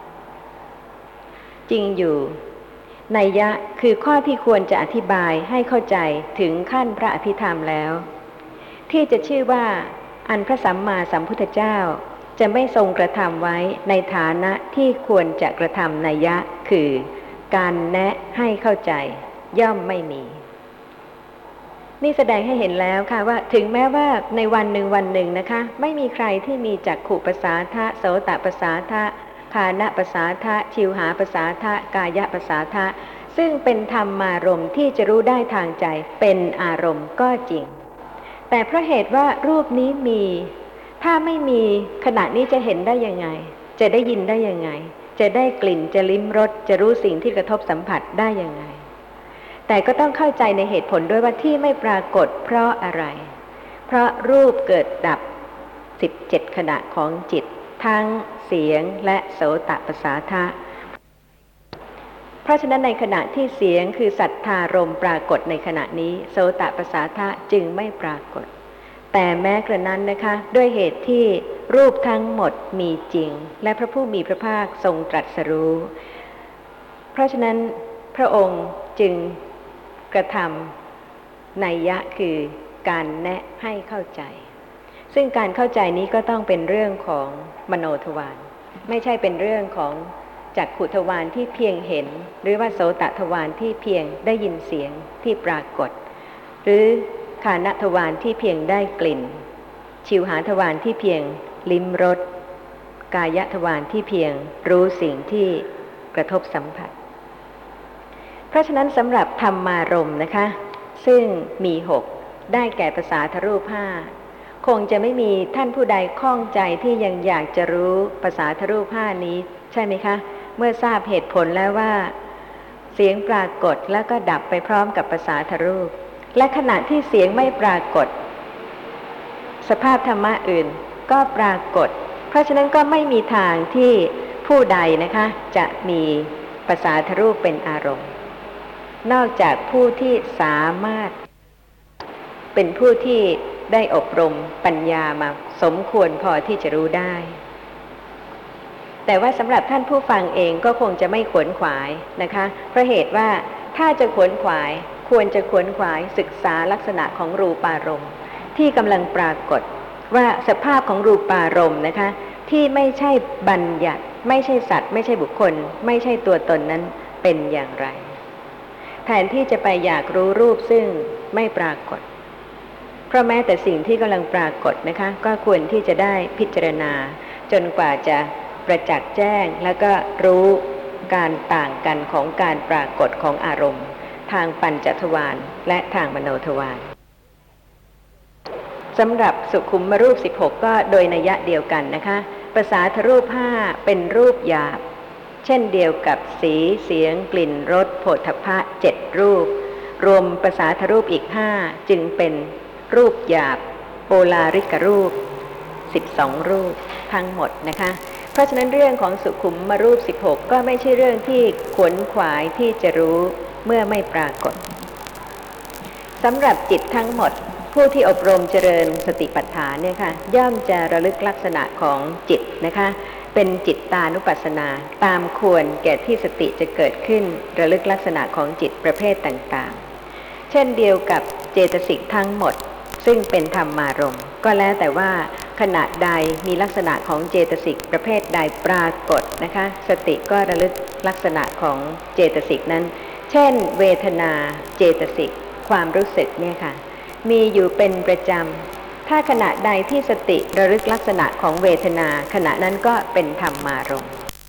A: จริงอยู่นัยยะคือข้อที่ควรจะอธิบายให้เข้าใจถึงขั้นพระอภิธรรมแล้วที่จะชื่อว่าอันพระสัมมาสัมพุทธเจ้าจะไม่ทรงกระทำไว้ในฐานะที่ควรจะกระทำนัยยะคือการแนะให้เข้าใจย่อมไม่มีนี่แสดงให้เห็นแล้วค่ะว่าถึงแม้ว่าในวันหนึ่งนะคะไม่มีใครที่มีจักขุประสาทะโสตประสาทะฆานะประสาทะชิวหาประสาทะกายประสาทะซึ่งเป็นธรรมารมณ์ที่จะรู้ได้ทางใจเป็นอารมณ์ก็จริงแต่เพราะเหตุว่ารูปนี้มีถ้าไม่มีขณะนี้จะเห็นได้ยังไงจะได้ยินได้ยังไงจะได้กลิ่นจะลิ้มรสจะรู้สิ่งที่กระทบสัมผัสได้ยังไงแต่ก็ต้องเข้าใจในเหตุผลด้วยว่าที่ไม่ปรากฏเพราะอะไรเพราะรูปเกิดดับ17ขณะของจิตทั้งเสียงและโสตประสาทะเพราะฉะนั้นในขณะที่เสียงคือสัทธารมณ์ปรากฏในขณะนี้โสตประสาทะจึงไม่ปรากฏแต่แม้กระนั้นนะคะด้วยเหตุที่รูปทั้งหมดมีจริงและพระผู้มีพระภาคทรงตรัสรู้เพราะฉะนั้นพระองค์จึงกระทำนัยยะคือการแนะให้เข้าใจซึ่งการเข้าใจนี้ก็ต้องเป็นเรื่องของมโนทวารไม่ใช่เป็นเรื่องของจักขุทวารที่เพียงเห็นหรือว่าโสตทวารที่เพียงได้ยินเสียงที่ปรากฏหรือฆานทวารที่เพียงได้กลิ่นชิวหาทวารที่เพียงลิ้มรสกายทวารที่เพียงรู้สิ่งที่กระทบสัมผัสเพราะฉะนั้นสำหรับธรรมารมณ์นะคะซึ่งมี6ได้แก่ภาษาทรูป5คงจะไม่มีท่านผู้ใดข้องใจที่ยังอยากจะรู้ภาษาทรูป5นี้ใช่ไหมคะเมื่อทราบเหตุผลแล้วว่าเสียงปรากฏแล้วก็ดับไปพร้อมกับภาษาทรูปและขณะที่เสียงไม่ปรากฏสภาพธรรมะอื่นก็ปรากฏเพราะฉะนั้นก็ไม่มีทางที่ผู้ใดนะคะจะมีภาษาทรูปเป็นอารมณ์นอกจากผู้ที่สามารถเป็นผู้ที่ได้อบรมปัญญามาสมควรพอที่จะรู้ได้แต่ว่าสำหรับท่านผู้ฟังเองก็คงจะไม่ขวนขวายนะคะเพราะเหตุว่าถ้าจะขวนขวายควรจะขวนขวายศึกษาลักษณะของรูปารมณ์ที่กำลังปรากฏว่าสภาพของรูปารมณ์นะคะที่ไม่ใช่บัญญัติไม่ใช่สัตว์ไม่ใช่บุคคลไม่ใช่ตัวตนนั้นเป็นอย่างไรแทนที่จะไปอยากรู้รูปซึ่งไม่ปรากฏเพราะแม้แต่สิ่งที่กำลังปรากฏนะคะก็ควรที่จะได้พิจารณาจนกว่าจะประจักษ์แจ้งแล้วก็รู้การต่างกันของการปรากฏของอารมณ์ทางปัญจทวารและทางมโนทวารสำหรับสุขุมรูป16ก็โดยนัยยะเดียวกันนะคะภาษาทรูป5เป็นรูปหยาบเช่นเดียวกับสีเสียงกลิ่นรสโผฏฐัพพะ7รูปรวมภาษาทรูปอีก5จึงเป็นรูปหยาบโอลาริกรูป12รูปทั้งหมดนะคะเพราะฉะนั้นเรื่องของสุขุมรูป16ก็ไม่ใช่เรื่องที่ขวนขวายที่จะรู้เมื่อไม่ปรากฏสำหรับจิตทั้งหมดผู้ที่อบรมเจริญสติปัฏฐานเนี่ยค่ะย่อมจะระลึกลักษณะของจิตนะคะเป็นจิตตานุปัสสนาตามควรแก่ที่สติจะเกิดขึ้นระลึกลักษณะของจิตประเภทต่างๆเช่นเดียวกับเจตสิกทั้งหมดซึ่งเป็นธรรมารมณ์ก็แล้วแต่ว่าขณะใดมีลักษณะของเจตสิกประเภทใดปรากฏนะคะสติก็ระลึกลักษณะของเจตสิกนั้นเช่นเวทนาเจตสิกความรู้สึกเนี่ยค่ะมีอยู่เป็นประจำถ้าขณะใดที่สติระลึกลักษณะของเวทนาขณะนั้นก็เป็นธรรมารมณ์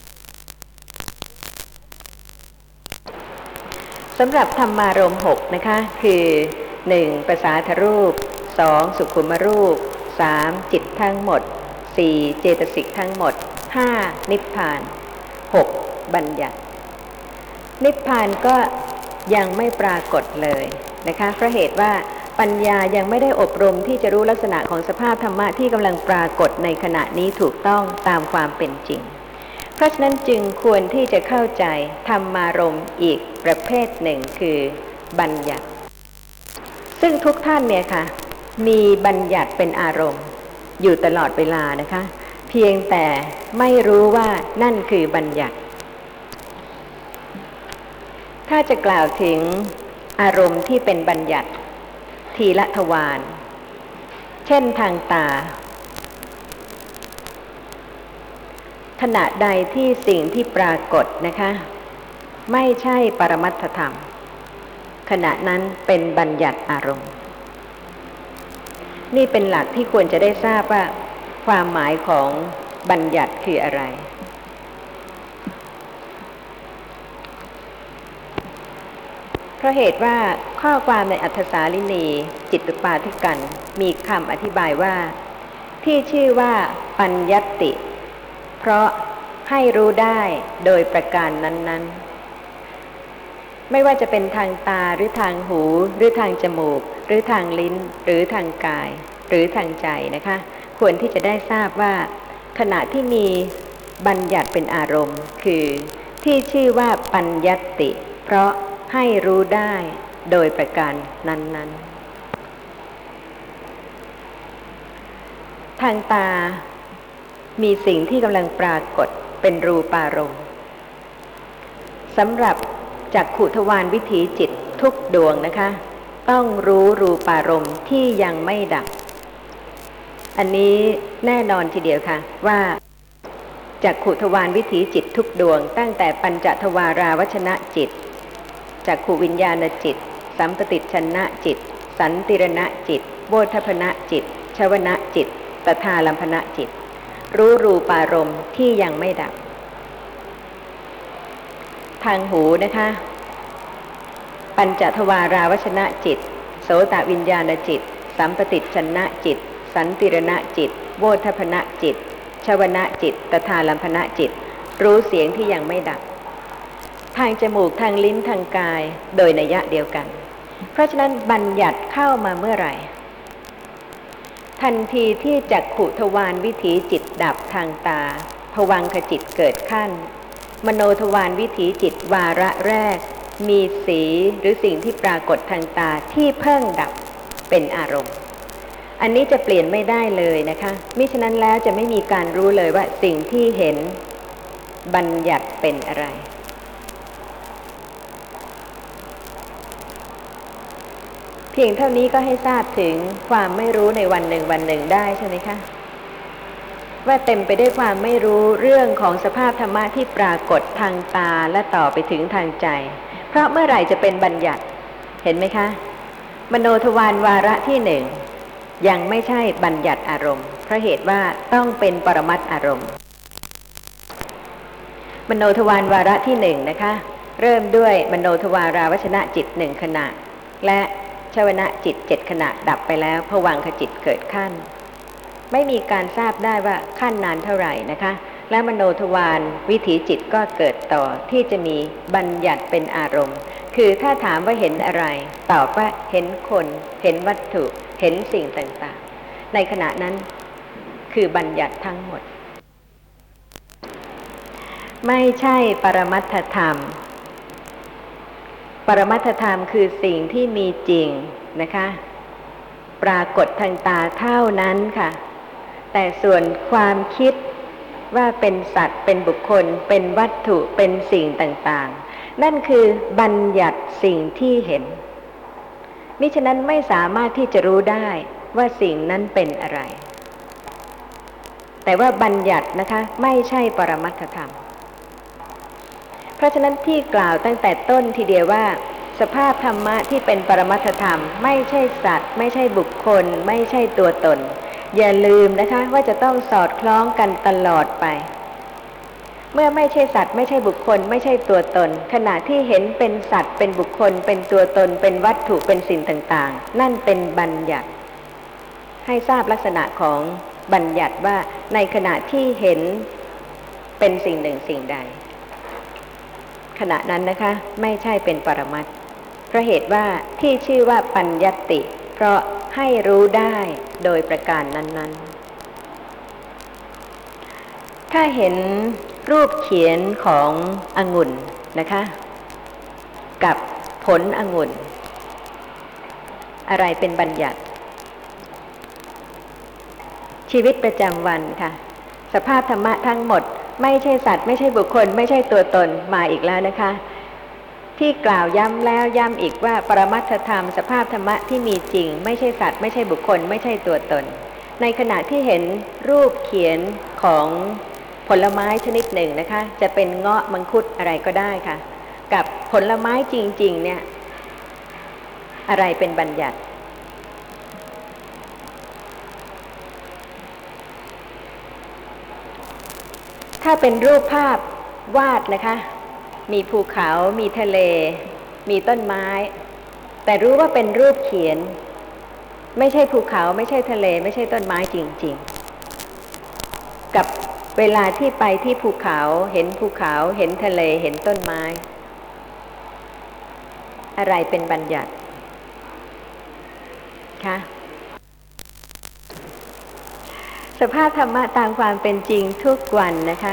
A: สำหรับธรรมารมณ์6นะคะคือ1ภาษาทรูป2สุขุมรูป3จิตทั้งหมด4เจตสิกทั้งหมด5นิพพาน6บัญญัตินิพพานก็ยังไม่ปรากฏเลยนะคะเพราะเหตุว่าปัญญายังไม่ได้อบรมที่จะรู้ลักษณะของสภาพธรรมะที่กำลังปรากฏในขณะนี้ถูกต้องตามความเป็นจริงเพราะฉะนั้นจึงควรที่จะเข้าใจธรรมารมณ์อีกประเภทหนึ่งคือบัญญัติ ซึ่งทุกท่านเนี่ยค่ะมีบัญญัติเป็นอารมณ์อยู่ตลอดเวลานะคะเพียงแต่ไม่รู้ว่านั่นคือบัญญัติ ถ้าจะกล่าวถึงอารมณ์ที่เป็นบัญญัติทีละทวารเช่นทางตาขณะใดที่สิ่งที่ปรากฏนะคะไม่ใช่ปรมัตถธรรมขณะนั้นเป็นบัญญัติอารมณ์นี่เป็นหลักที่ควรจะได้ทราบว่าความหมายของบัญญัติคืออะไรเพราะเหตุว่าข้อความในอัฏฐสาลินีจิตตุปาทิกันมีคำอธิบายว่าที่ชื่อว่าปัญญัตติเพราะให้รู้ได้โดยประการนั้นๆไม่ว่าจะเป็นทางตาหรือทางหูหรือทางจมูกหรือทางลิ้นหรือทางกายหรือทางใจนะคะควรที่จะได้ทราบว่าขณะที่มีบัญญัติเป็นอารมณ์คือที่ชื่อว่าปัญญัตติเพราะให้รู้ได้โดยประการนั้นๆทางตามีสิ่งที่กำลังปรากฏเป็นรูปารมณ์สำหรับจักขุทวารวิถีจิตทุกดวงนะคะต้องรู้รูปารมณ์ที่ยังไม่ดับอันนี้แน่นอนทีเดียวค่ะว่าจักขุทวารวิถีจิตทุกดวงตั้งแต่ปัญจทวาราวชนะจิตจักขุวิญญาณจิตสัมปติชนะจิตสันติรณะจิตโวทัพนะจิตชวนะจิตตถาลัมพนะจิตรู้รูปารมณ์ที่ยังไม่ดับทางหูนะคะปัญจทวาราวชนะจิตโสตวิญญาณจิตสัมปติชนะจิตสันติรณะจิตโวทัพนะจิตชวนะจิตตถาลัมพนะจิตรู้เสียงที่ยังไม่ดับทางจมูกทางลิ้นทางกายโดยนัยยะเดียวกันเพราะฉะนั้นบัญญัติเข้ามาเมื่อไหร่ทันทีที่จักขุทวารวิถีจิตดับทางตาภวังคจิตเกิดขั้นมโนทวารวิถีจิตวาระแรกมีสีหรือสิ่งที่ปรากฏทางตาที่เพิ่งดับเป็นอารมณ์อันนี้จะเปลี่ยนไม่ได้เลยนะคะมิฉะนั้นแล้วจะไม่มีการรู้เลยว่าสิ่งที่เห็นบัญญัติเป็นอะไรเพียงเท่านี้ก็ให้ทราบถึงความไม่รู้ในวันหนึ่งวันหนึ่งได้ใช่ไหมคะว่าเต็มไปด้วยความไม่รู้เรื่องของสภาพธรรมะที่ปรากฏทางตาและต่อไปถึงทางใจเพราะเมื่อไหร่จะเป็นบัญญัติเห็นไหมคะมโนทวารวาระที่หนึ่งยังไม่ใช่บัญญัติอารมณ์เพราะเหตุว่าต้องเป็นปรมัตถ์อารมณ์มโนทวารวาระที่หนึ่งนะคะเริ่มด้วยมโนทวาราวชนะจิตหนึ่งขณะและชวนะจิต7ขณะดับไปแล้วภวังคจิตเกิดขั้นไม่มีการทราบได้ว่าขั้นนานเท่าไหร่นะคะและมโนทวารวิถีจิตก็เกิดต่อที่จะมีบัญญัติเป็นอารมณ์คือถ้าถามว่าเห็นอะไรตอบว่าเห็นคนเห็นวัตถุเห็นสิ่งต่างๆในขณะนั้นคือบัญญัติทั้งหมดไม่ใช่ปรมัตถธรรมปรมัตถธรรมคือสิ่งที่มีจริงนะคะปรากฏทางตาเท่านั้นค่ะแต่ส่วนความคิดว่าเป็นสัตว์เป็นบุคคลเป็นวัตถุเป็นสิ่งต่างๆนั่นคือบัญญัติสิ่งที่เห็นมิฉะนั้นไม่สามารถที่จะรู้ได้ว่าสิ่งนั้นเป็นอะไรแต่ว่าบัญญัตินะคะไม่ใช่ปรมัตถธรรมเพราะฉะนั้นที่กล่าวตั้งแต่ต้นทีเดียวว่าสภาพธรรมะที่เป็นปรมัตถธรรมไม่ใช่สัตว์ไม่ใช่บุคคลไม่ใช่ตัวตนอย่าลืมนะคะว่าจะต้องสอดคล้องกันตลอดไปเมื่อไม่ใช่สัตว์ไม่ใช่บุคคลไม่ใช่ตัวตนขณะที่เห็นเป็นสัตว์เป็นบุคคลเป็นตัวตนเป็นวัตถุเป็นสิ่งต่างๆนั่นเป็นบัญญัติให้ทราบลักษณะของบัญญัติว่าในขณะที่เห็นเป็นสิ่งหนึ่งสิ่งใดขณะนั้นนะคะไม่ใช่เป็นปรมัตถ์เพราะเหตุว่าที่ชื่อว่าปัญญัตติเพราะให้รู้ได้โดยประการนั้นๆถ้าเห็นรูปเขียนขององุ่นนะคะกับผลองุ่นอะไรเป็นบัญญัติชีวิตประจำวันค่ะสภาพธรรมะทั้งหมดไม่ใช่สัตว์ไม่ใช่บุคคลไม่ใช่ตัวตนมาอีกแล้วนะคะที่กล่าวย้ำแล้วย้ำอีกว่าปรมัตถธรรมสภาพธรรมะที่มีจริงไม่ใช่สัตว์ไม่ใช่บุคคลไม่ใช่ตัวตนในขณะที่เห็นรูปเขียนของผลไม้ชนิดหนึ่งนะคะจะเป็นเงาะมังคุดอะไรก็ได้ค่ะกับผลไม้จริงๆเนี่ยอะไรเป็นบัญญัติถ้าเป็นรูปภาพวาดนะคะมีภูเขามีทะเลมีต้นไม้แต่รู้ว่าเป็นรูปเขียนไม่ใช่ภูเขาไม่ใช่ทะเลไม่ใช่ต้นไม้จริงๆกับเวลาที่ไปที่ภูเขาเห็นภูเขาเห็นทะเลเห็นต้นไม้อะไรเป็นบัญญัติคะสภาพธรรมะตามความเป็นจริงทุกวันนะคะ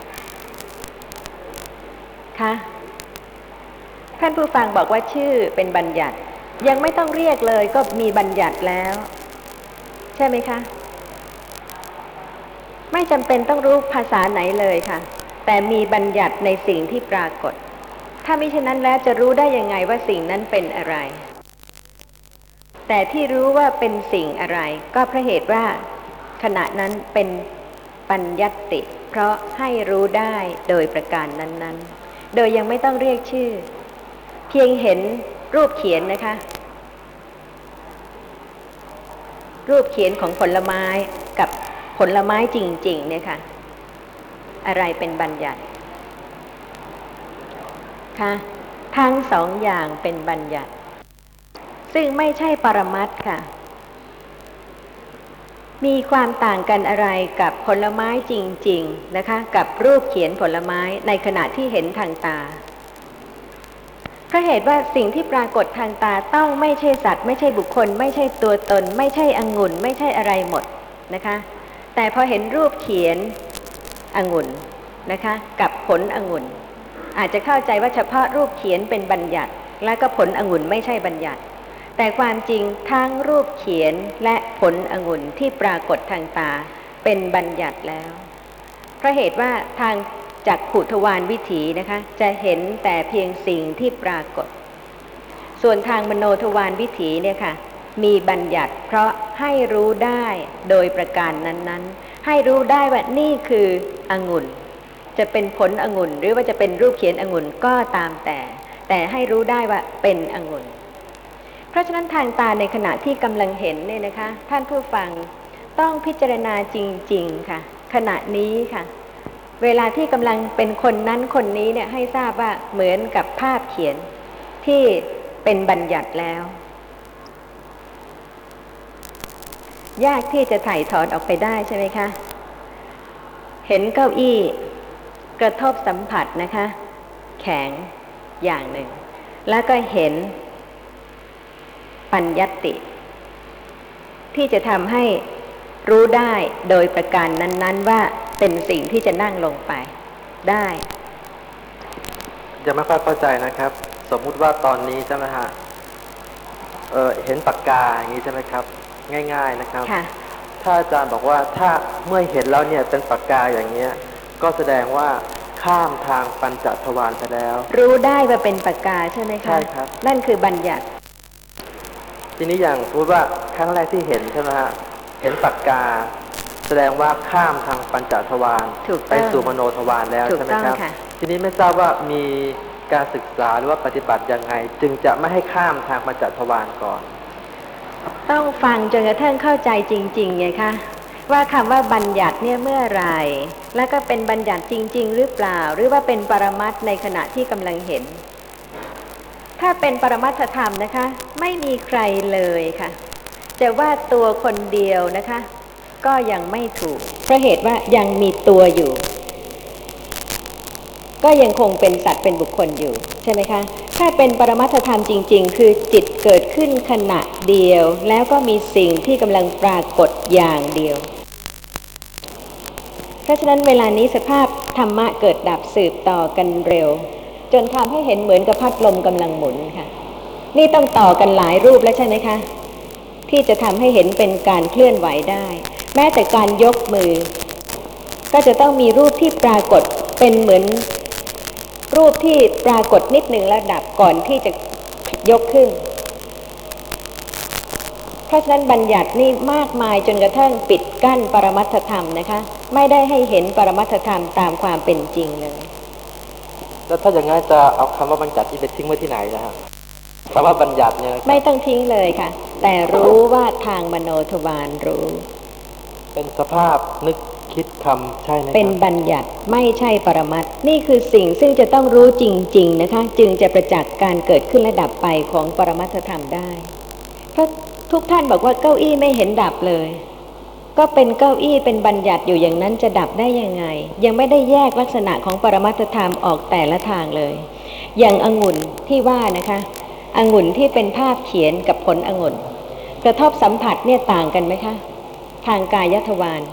A: ค่ะท่านผู้ฟังบอกว่าชื่อเป็นบัญญัติยังไม่ต้องเรียกเลยก็มีบัญญัติแล้วใช่ไหมคะไม่จำเป็นต้องรู้ภาษาไหนเลยค่ะแต่มีบัญญัติในสิ่งที่ปรากฏถ้ามิฉะนั้นแล้วจะรู้ได้ยังไงว่าสิ่งนั้นเป็นอะไรแต่ที่รู้ว่าเป็นสิ่งอะไรก็เพราะเหตุว่าขณะนั้นเป็นปัญญัตติเพราะให้รู้ได้โดยประการนั้นๆโดยยังไม่ต้องเรียกชื่อเพียงเห็นรูปเขียนนะคะรูปเขียนของผลไม้กับผลไม้จริงๆเนี่ยค่ะอะไรเป็นบัญญัติค่ะทั้งสองอย่างเป็นบัญญัติซึ่งไม่ใช่ปรมัตถ์ค่ะมีความต่างกันอะไรกับผลไม้จริงๆนะคะกับรูปเขียนผลไม้ในขณะที่เห็นทางตาเพราะเหตุว่าสิ่งที่ปรากฏทางตาต้องไม่ใช่สัตว์ไม่ใช่บุคคลไม่ใช่ตัวตนไม่ใช่องุ่นไม่ใช่อะไรหมดนะคะแต่พอเห็นรูปเขียนองุ่นนะคะกับผลองุ่นอาจจะเข้าใจว่าเฉพาะรูปเขียนเป็นบัญญัติและก็ผลองุ่นไม่ใช่บัญญัติแต่ความจริงทั้งรูปเขียนและผลองุ่นที่ปรากฏทางตาเป็นบัญญัติแล้วเพราะเหตุว่าทางจักขุทวารวิถีนะคะจะเห็นแต่เพียงสิ่งที่ปรากฏส่วนทางมโนทวารวิถีเนี่ยค่ะมีบัญญัติเพราะให้รู้ได้โดยประการนั้นๆให้รู้ได้ว่านี่คือองุ่นจะเป็นผลองุ่นหรือว่าจะเป็นรูปเขียนองุ่นก็ตามแต่ให้รู้ได้ว่าเป็นองุ่นเพราะฉะนั้นทางตาในขณะที่กำลังเห็นเนี่ยนะคะท่านผู้ฟังต้องพิจารณาจริงๆค่ะขณะนี้ค่ะเวลาที่กำลังเป็นคนนั้นคนนี้เนี่ยให้ทราบว่าเหมือนกับภาพเขียนที่เป็นบัญญัติแล้วยากที่จะถ่ายถอนออกไปได้ใช่ไหมคะเห็นเก้าอี้กระทบสัมผัสนะคะแข็งอย่างหนึ่งแล้วก็เห็นปัญญัตติที่จะทำให้รู้ได้โดยประการนั้นๆว่าเป็นสิ่งที่จะนั่งลงไปได้
F: ยังไม่ค่อยเข้าใจนะครับสมมุติว่าตอนนี้ใช่ไหมฮะเห็นปากกาอย่างนี้ใช่ไหมครับง่ายๆนะครับถ้าอาจารย์บอกว่าถ้าเมื่อเห็นแล้วเนี่ยเป็นปากกาอย่างเงี้ยก็แสดงว่าข้ามทางปัญจทวารไปแล้ว
A: รู้ได้ว่าเป็นปากกาใช่ไหมคะ
F: ใช่ครับ
A: นั่นคือบัญญัติ
F: ทีนี้อย่างสมมติว่าครั้งแรกที่เห็นใช่ไหมฮะเห็นปากกาแสดงว่าข้ามทางปัญจทวารไปสู่มโนทวารแล้วใช่ไหมครับทีนี้ไม่ทราบว่ามีการศึกษาหรือว่าปฏิบัติยังไงจึงจะไม่ให้ข้ามทางปัญจทวารก่อน
A: ต้องฟังจนกระทั่งเข้าใจจริงๆไงคะว่าคำว่าบัญญัติเนี่ยเมื่อไรแล้วก็เป็นบัญญัติจริงๆหรือเปล่าหรือว่าเป็นปรมัตถ์ในขณะที่กำลังเห็นถ้าเป็นปรมัตถธรรมนะคะไม่มีใครเลยค่ะจะว่าตัวคนเดียวนะคะก็ยังไม่ถูกเพราะเหตุว่ายังมีตัวอยู่ก็ยังคงเป็นสัตว์เป็นบุคคลอยู่ใช่ไหมคะถ้าเป็นปรมัตถธรรมจริงๆคือจิตเกิดขึ้นขณะเดียวแล้วก็มีสิ่งที่กำลังปรากฏอย่างเดียวเพราะฉะนั้นเวลานี้สภาพธรรมะเกิดดับสืบต่อกันเร็วจนทำให้เห็นเหมือนกับพัดลมกำลังหมุนค่ะนี่ต้องต่อกันหลายรูปแล้วใช่ไหมคะที่จะทำให้เห็นเป็นการเคลื่อนไหวได้แม้แต่การยกมือก็จะต้องมีรูปที่ปรากฏเป็นเหมือนรูปที่ปรากฏนิดหนึ่งแล้วดับก่อนที่จะยกขึ้นเพราะฉะนั้นบัญญัตินี่มากมายจนกระทั่งปิดกั้นปรมัตถธรรมนะคะไม่ได้ให้เห็นปรมัตถธรรมตามความเป็นจริงเลย
F: แล้วถ้าอย่างนั้นจะเอาคำว่าบัญญัติที่ไปทิ้งไว้ที่ไหนนะฮะคำว่าบัญญัติเนี่ย
A: ไม่ต้องทิ้งเลยค่ะแต่รู้ว่าทางมโนทวารรู้
F: เป็นสภาพนึกคิดคำใช่ไหม
A: เป็นบัญญัติไม่ใช่ปรมัตถ์นี่คือสิ่งซึ่งจะต้องรู้จริงๆนะคะจึงจะประจักษ์การเกิดขึ้นและดับไปของปรมัตถธรรมได้เพราะทุกท่านบอกว่าเก้าอี้ไม่เห็นดับเลยก็เป็นเก้าอี้เป็นบัญญัติอยู่อย่างนั้นจะดับได้ยังไงยังไม่ได้แยกลักษณะของปรมัตถธรรมออกแต่ละทางเลยอย่างองุ่นที่ว่านะคะองุ่นที่เป็นภาพเขียนกับผลองุ่นกระทบสัมผัสเนี่ยต่างกันไหมคะทางกายทวาร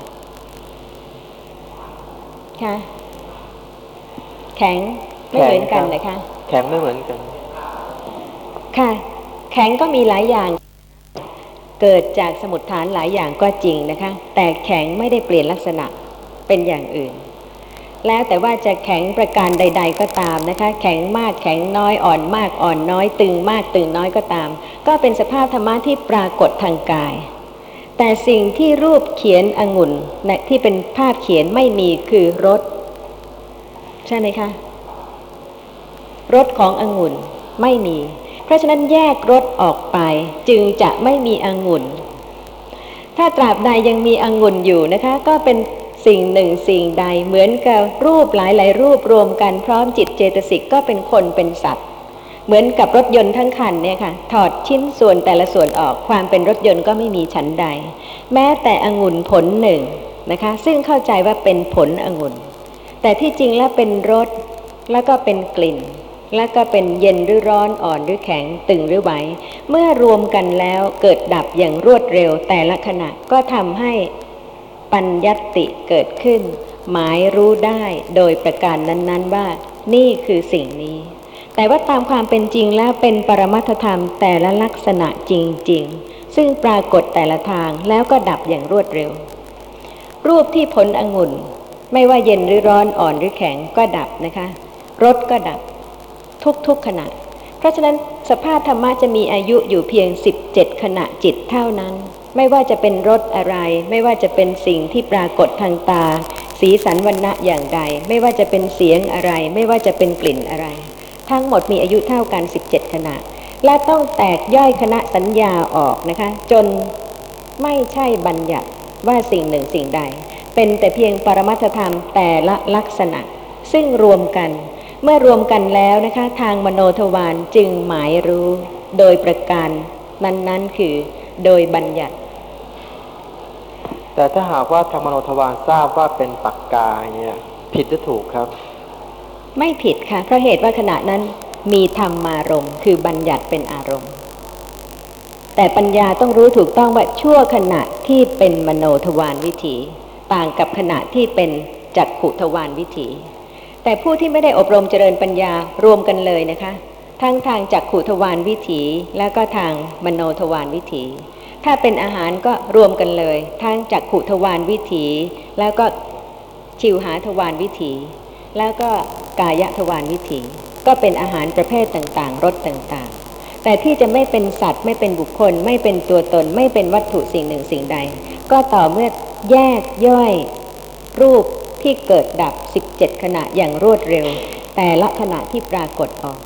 A: ค่ะแข็งไม่เหมือนกันนะคะ
F: แข็งไม่เหมือนกัน
A: ค่ะแข็งก็มีหลายอย่างเกิดจากสมุฏฐานหลายอย่างก็จริงนะคะแต่แข็งไม่ได้เปลี่ยนลักษณะเป็นอย่างอื่นแล้วแต่ว่าจะแข็งประการใดๆก็ตามนะคะแข็งมากแข็งน้อยอ่อนมากอ่อนน้อยตึงมากตึงน้อยก็ตามก็เป็นสภาพธรรมะที่ปรากฏทางกายแต่สิ่งที่รูปเขียนองุ่นที่เป็นภาพเขียนไม่มีคือรสใช่ไหมคะรสขององุ่นไม่มีเพราะฉะนั้นแยกรสออกไปจึงจะไม่มีองุ่นถ้าตราบใดยังมีองุ่นอยู่นะคะก็เป็นสิ่งหนึ่งสิ่งใดเหมือนกับรูปหลายๆรูปรวมกันพร้อมจิตเจตสิกก็เป็นคนเป็นสัตว์เหมือนกับรถยนต์ทั้งคันเนี่ยค่ะถอดชิ้นส่วนแต่ละส่วนออกความเป็นรถยนต์ก็ไม่มีฉันใดแม้แต่องุ่นผลหนึ่งนะคะซึ่งเข้าใจว่าเป็นผลองุ่นแต่ที่จริงแล้วเป็นรสแล้วก็เป็นกลิ่นแล้วก็เป็นเย็นหรือร้อนอ่อนหรือแข็งตึงหรือไหวเมื่อรวมกันแล้วเกิดดับอย่างรวดเร็วแต่ละขณะก็ทำให้ปัญญัตติเกิดขึ้นหมายรู้ได้โดยประการนั้นๆว่านี่คือสิ่งนี้แต่ว่าตามความเป็นจริงแล้วเป็นปรมัตถธรรมแต่ละลักษณะจริงๆซึ่งปรากฏแต่ละทางแล้วก็ดับอย่างรวดเร็วรูปที่ผลองุ่นไม่ว่าเย็นหรือร้อนอ่อนหรือแข็งก็ดับนะคะรสก็ดับทุกขณะเพราะฉะนั้นสภาพธรรมะจะมีอายุอยู่เพียง17ขณะจิตเท่านั้นไม่ว่าจะเป็นรสอะไรไม่ว่าจะเป็นสิ่งที่ปรากฏทางตาสีสันวรรณะอย่างใดไม่ว่าจะเป็นเสียงอะไรไม่ว่าจะเป็นกลิ่นอะไรทั้งหมดมีอายุเท่ากัน17ขณะและต้องแตกย่อยคณะสัญญาออกนะคะจนไม่ใช่บัญญัติว่าสิ่งหนึ่งสิ่งใดเป็นแต่เพียงปรมัตถธรรมแต่ละลักษณะซึ่งรวมกันเมื่อรวมกันแล้วนะคะทางมโนทวารจึงหมายรู้โดยประการนั้นๆคือโดยบัญญัติ
F: แต่ถ้าหากว่าทางมโนทวารทราบว่าเป็นปักกาเนี่ยผิดหรือถูกครับ
A: ไม่ผิดค่ะเพราะเหตุว่าขณะนั้นมีธรรมารมณ์คือบัญญัติเป็นอารมณ์แต่ปัญญาต้องรู้ถูกต้องว่าชั่วขณะที่เป็นมโนทวารวิถีต่างกับขณะที่เป็นจักขุทวารวิถีแต่ผู้ที่ไม่ได้อบรมเจริญปัญญารวมกันเลยนะคะทั้งทางจักขุทวารวิถีแล้วก็ทางมโนทวารวิถีถ้าเป็นอาหารก็รวมกันเลยทั้งจักขุทวารวิถีแล้วก็ชิวหาทวารวิถีแล้วก็กายทวารวิถีก็เป็นอาหารประเภทต่างๆรสต่างๆแต่ที่จะไม่เป็นสัตว์ไม่เป็นบุคคลไม่เป็นตัวตนไม่เป็นวัตถุสิ่งหนึ่งสิ่งใดก็ต่อเมื่อแยกย่อยรูปที่เกิดดับ17ขณะอย่างรวดเร็วแต่ละขณะที่ปรากฏออก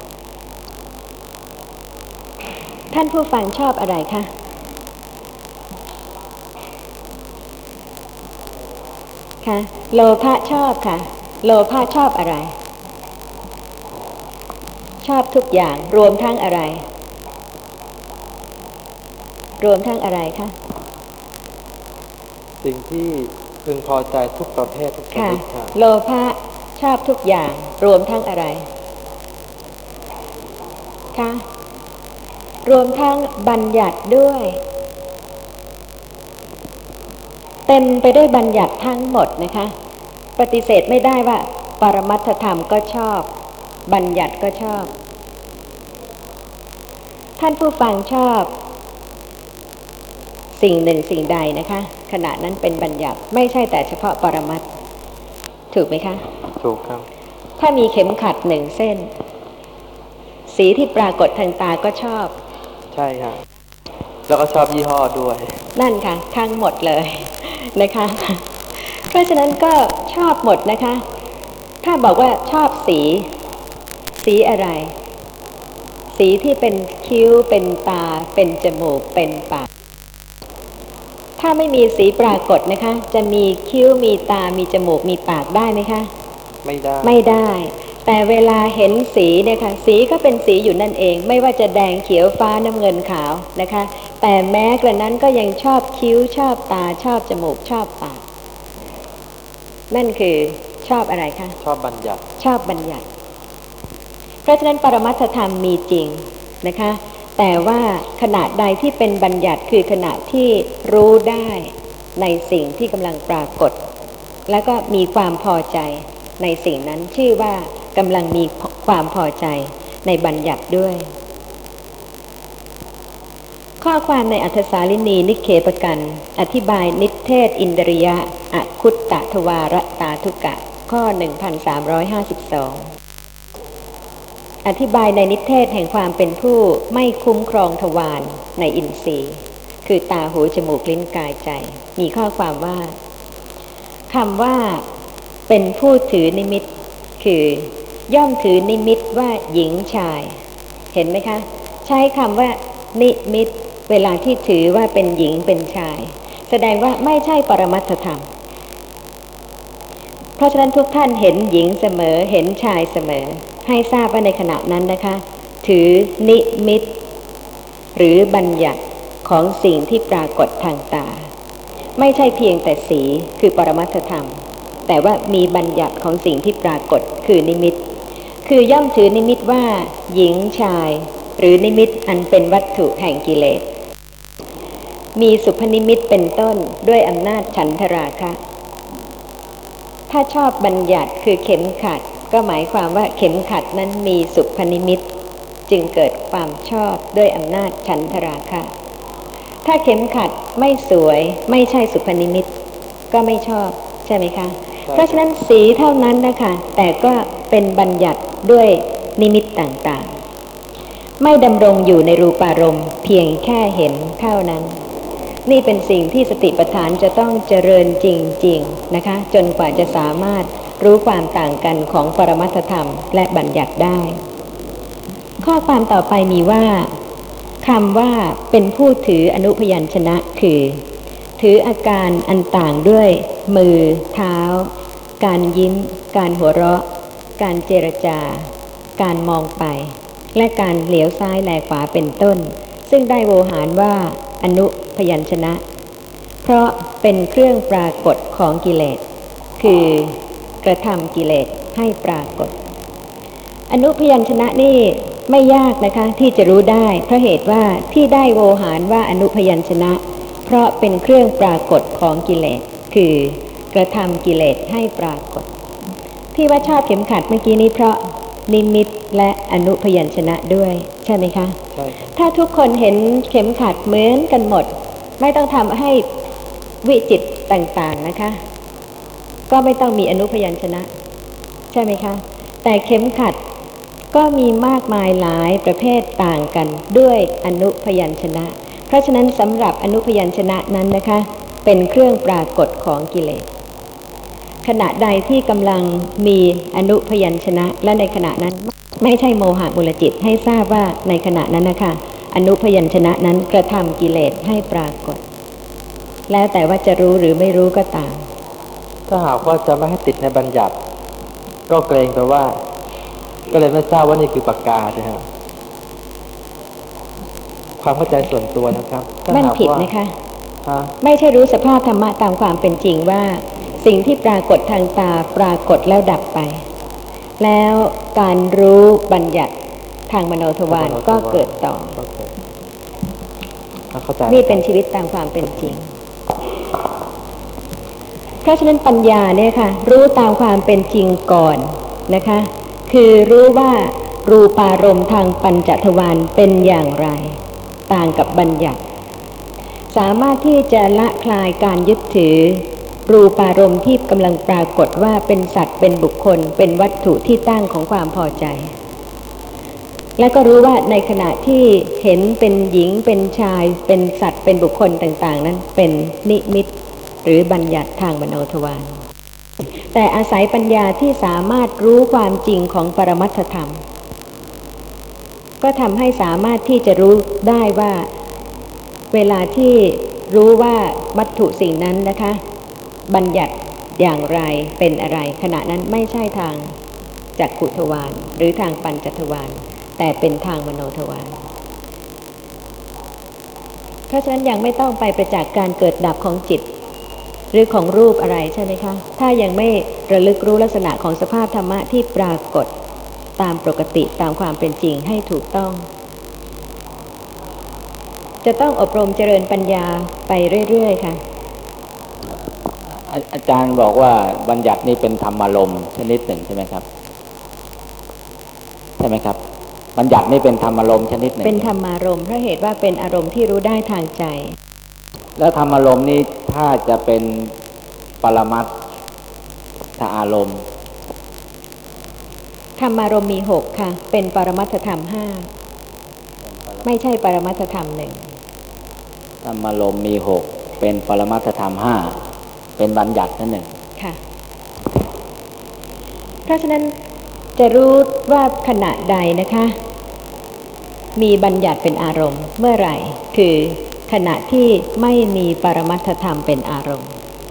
A: ท่านผู้ฟังชอบอะไรคะค่ะโลภะชอบค่ะโลภะชอบอะไรชอบทุกอย่างรวมทั้งอะไรรวมทั้งอะไรคะ
F: สิ่งที่พึงพอใจทุกประเภททุกชนิดค่ะ
A: โลภะชอบทุกอย่างรวมทั้งอะไรคะรวมทั้งบัญญัติด้วยเต็มไปด้วยบัญญัติทั้งหมดนะคะปฏิเสธไม่ได้ว่าปรมัตถธรรมก็ชอบบัญญัติก็ชอบท่านผู้ฟังชอบสิ่งหนึ่งสิ่งใดนะคะขณะนั้นเป็นบัญญัติไม่ใช่แต่เฉพาะปรมัตถ์ถูกไหมคะ
F: ถูกครับ
A: ถ้ามีเข็มขัดหนึ่งเส้นสีที่ปรากฏทางตาก็ชอบ
F: ใช่ครับแล้วก็ชอบยี่ห้อด้วย
A: นั่นค่ะทั้งหมดเลยนะคะเพราะฉะนั้นก็ชอบหมดนะคะถ้าบอกว่าชอบสีอะไรสีที่เป็นคิ้วเป็นตาเป็นจมูกเป็นปากถ้าไม่มีสีปรากฏนะคะจะมีคิ้วมีตามีจมูกมีปากได้ไหมคะไม่ได้แต่เวลาเห็นสีเนี่ยค่ะสีก็เป็นสีอยู่นั่นเองไม่ว่าจะแดงเขียวฟ้าน้ำเงินขาวนะคะแต่แม้กระนั้นก็ยังชอบคิ้วชอบตาชอบจมูกชอบปากนั่นคือชอบอะไรคะ
F: ชอบบัญญัติ
A: ชอบบัญญัติเพราะฉะนั้นปรมัตถธรรมมีจริงนะคะแต่ว่าขณะใดที่เป็นบัญญัติคือขณะที่รู้ได้ในสิ่งที่กำลังปรากฏแล้วก็มีความพอใจในสิ่งนั้นชื่อว่ากำลังมีความพอใจในบัญญัติด้วยข้อความในอัฏฐสาลินีนิเคปกันอธิบายนิเทศอินดริยะอคุตตทวารตาทุกะข้อ 1352 อธิบายในนิเทศแห่งความเป็นผู้ไม่คุ้มครองทวารในอินทรีย์คือตาหูจมูกลิ้นกายใจมีข้อความว่าคำว่าเป็นผู้ถือนิมิตคือย่อมถือนิมิตว่าหญิงชายเห็นไหมคะใช้คำว่านิมิตเวลาที่ถือว่าเป็นหญิงเป็นชายแสดงว่าไม่ใช่ปรมัตถธรรมเพราะฉะนั้นทุกท่านเห็นหญิงเสมอเห็นชายเสมอให้ทราบว่าในขณะนั้นนะคะถือนิมิตหรือบัญญัติของสิ่งที่ปรากฏทางตาไม่ใช่เพียงแต่สีคือปรมัตถธรรมแต่ว่ามีบัญญัติของสิ่งที่ปรากฏคือนิมิตคือย่อมถือนิมิตว่าหญิงชายหรือนิมิตอันเป็นวัตถุแห่งกิเลสมีสุภนิมิตเป็นต้นด้วยอำนาจฉันทราคะถ้าชอบบัญญัติคือเข็มขัดก็หมายความว่าเข็มขัดนั้นมีสุภนิมิตจึงเกิดความชอบด้วยอำนาจฉันทราคะถ้าเข็มขัดไม่สวยไม่ใช่สุภนิมิตก็ไม่ชอบใช่ไหมคะเพราะฉะนั้นสีเท่านั้นนะคะแต่ก็เป็นบัญญัติด้วยนิมิตต่างๆไม่ดำรงอยู่ในรูปารมณ์เพียงแค่เห็นเท่านั้นนี่เป็นสิ่งที่สติปัฏฐานจะต้องเจริญจริงๆนะคะจนกว่าจะสามารถรู้ความต่างกันของปรมัตถธรรมและบัญญัติได้ข้อความต่อไปมีว่าคำว่าเป็นผู้ถืออนุพยัญชนะคือถืออาการอันต่างด้วยมือเท้าการยิ้มการหัวเราะการเจรจาการมองไปและการเหลียวซ้ายแลขวาเป็นต้นซึ่งได้โวหารว่าอนุพยัญชนะเพราะเป็นเครื่องปรากฏของกิเลสคือกระทำกิเลสให้ปรากฏอนุพยัญชนะนี่ไม่ยากนะคะที่จะรู้ได้เพราะเหตุว่าที่ได้โวหารว่าอนุพยัญชนะเพราะเป็นเครื่องปรากฏของกิเลสคือกระทำกิเลสให้ปรากฏที่ว่าชอบเข็มขัดเมื่อกี้นี้เพราะนิมิตและอนุพยัญชนะด้วยใช่ไหมคะใช่ถ้าทุกคนเห็นเข็มขัดเหมือนกันหมดไม่ต้องทำให้วิจิตรต่างๆนะคะก็ไม่ต้องมีอนุพยัญชนะใช่ไหมคะแต่เข็มขัดก็มีมากมายหลายประเภทต่างกันด้วยอนุพยัญชนะเพราะฉะนั้นสำหรับอนุพยัญชนะนั้นนะคะเป็นเครื่องปรากฏของกิเลสขณะใดที่กำลังมีอนุพยัญชนะและในขณะนั้นไม่ใช่โมหะมูลจิตให้ทราบว่าในขณะนั้นนะคะอนุพยัญชนะนั้นกระทำกิเลสให้ปรากฏแล้วแต่ว่าจะรู้หรือไม่รู้ก็ตาม
F: ถ้าหากว่าจะไม่ให้ติดในบัญญัติก็เกรงไปว่าก็เลยไม่ทราบว่านี่คือปากกาใช่ไหมครับความเข้าใจส่วนตัวนะครับ
A: มันผิดนะคะไม่ใช่รู้สภาพธรรมะตามความเป็นจริงว่าสิ่งที่ปรากฏทางตาปรากฏแล้วดับไปแล้วการรู้บัญญัติทางมโนทวารก็เกิดต่อนี่เป็นชีวิตตามความเป็นจริงราะฉะนั้นปัญญาเนี่ยค่ะรู้ตามความเป็นจริงก่อนนะคะคือรู้ว่ารูปารมณ์ทางปัญจทวารเป็นอย่างไรต่างกับบัญญัติสามารถที่จะละคลายการยึดถือรูปารมณ์ที่กำลังปรากฏว่าเป็นสัตว์เป็นบุคคลเป็นวัตถุที่ตั้งของความพอใจและก็รู้ว่าในขณะที่เห็นเป็นหญิงเป็นชายเป็นสัตว์เป็นบุคคลต่างๆนั้นเป็นนิมิตหรือบัญญัติทางมโนทวารแต่อาศัยปัญญาที่สามารถรู้ความจริงของปรมัตถธรรมก็ทำให้สามารถที่จะรู้ได้ว่าเวลาที่รู้ว่าวัตถุสิ่งนั้นนะคะบัญญัติอย่างไรเป็นอะไรขณะนั้นไม่ใช่ทางจักขุทวารหรือทางปัญจทวารแต่เป็นทางมโนทวารเพราะฉะนั้นยังไม่ต้องไปประจักษ์การเกิดดับของจิตหรือของรูปอะไรใช่ไหมคะถ้ายังไม่ระลึกรู้ลักษณะของสภาพธรรมะที่ปรากฏตามปกติตามความเป็นจริงให้ถูกต้องจะต้องอบรมเจริญปัญญาไปเรื่อยๆค่ะ
H: อาจารย์บอกว่าบัญญัตินี่เป็นธรรมารมณ์ชนิดหนึ่งใช่ไหมครับใช่ไหมครับบัญญัตินี่เป็นธรรมารมณ์ชนิดหนึ่งเป็นธรรมารมณ์เพราะเหตุว่าเป็นอารมณ์ที่รู้ได้ทางใจแล้วธรรมารมณ์นี้ถ้าจะเป็นปรมัตถอารมณ์ธรรมารมณ์มี6ค่ะเป็นปรมัตถธรรม5ไม่ใช่ปรมัตถธรรม1ธรรมารมณ์มี6เป็นปรมัตถธรรม5เป็นบัญญัตินั่นหนึ่งค่ะเพราะฉะนั้นจะรู้ว่าขณะใดนะคะมีบัญญัติเป็นอารมณ์เมื่อไหร่คือขณะที่ไม่มีปรมัตถธรรมเป็นอารมณ์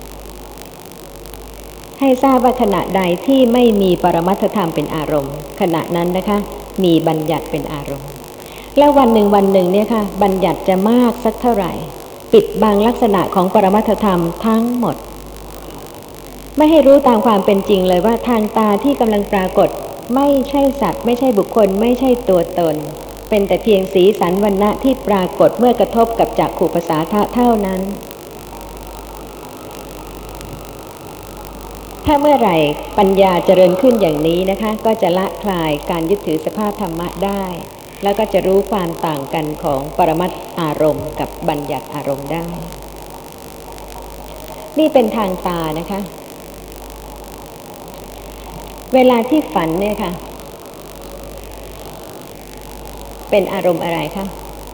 H: ให้ทราบว่าขณะใดที่ไม่มีปรมัตถธรรมเป็นอารมณ์ขณะนั้นนะคะมีบัญญัติเป็นอารมณ์แล้ววันหนึ่งเนี่ยค่ะบัญญัติจะมากสักเท่าไหร่ปิดบังลักษณะของปรมัตถธรรมทั้งหมดไม่ให้รู้ตามความเป็นจริงเลยว่าทางตาที่กำลังปรากฏไม่ใช่สัตว์ไม่ใช่บุคคลไม่ใช่ตัวตนเป็นแต่เพียงสีสันวรรณะที่ปรากฏเมื่อกระทบกับจักขุประสาทะเท่านั้นถ้าเมื่อไหร่ปัญญาเจริญขึ้นอย่างนี้นะคะก็จะละคลายการยึดถือสภาพธรรมะได้แล้วก็จะรู้ความต่างกันของปรมัตถอารมณ์กับบัญญัติอารมณ์ได้นี่เป็นทางตานะคะเวลาที่ฝันเนี่ยค่ะเป็นอารมณ์อะไรคะ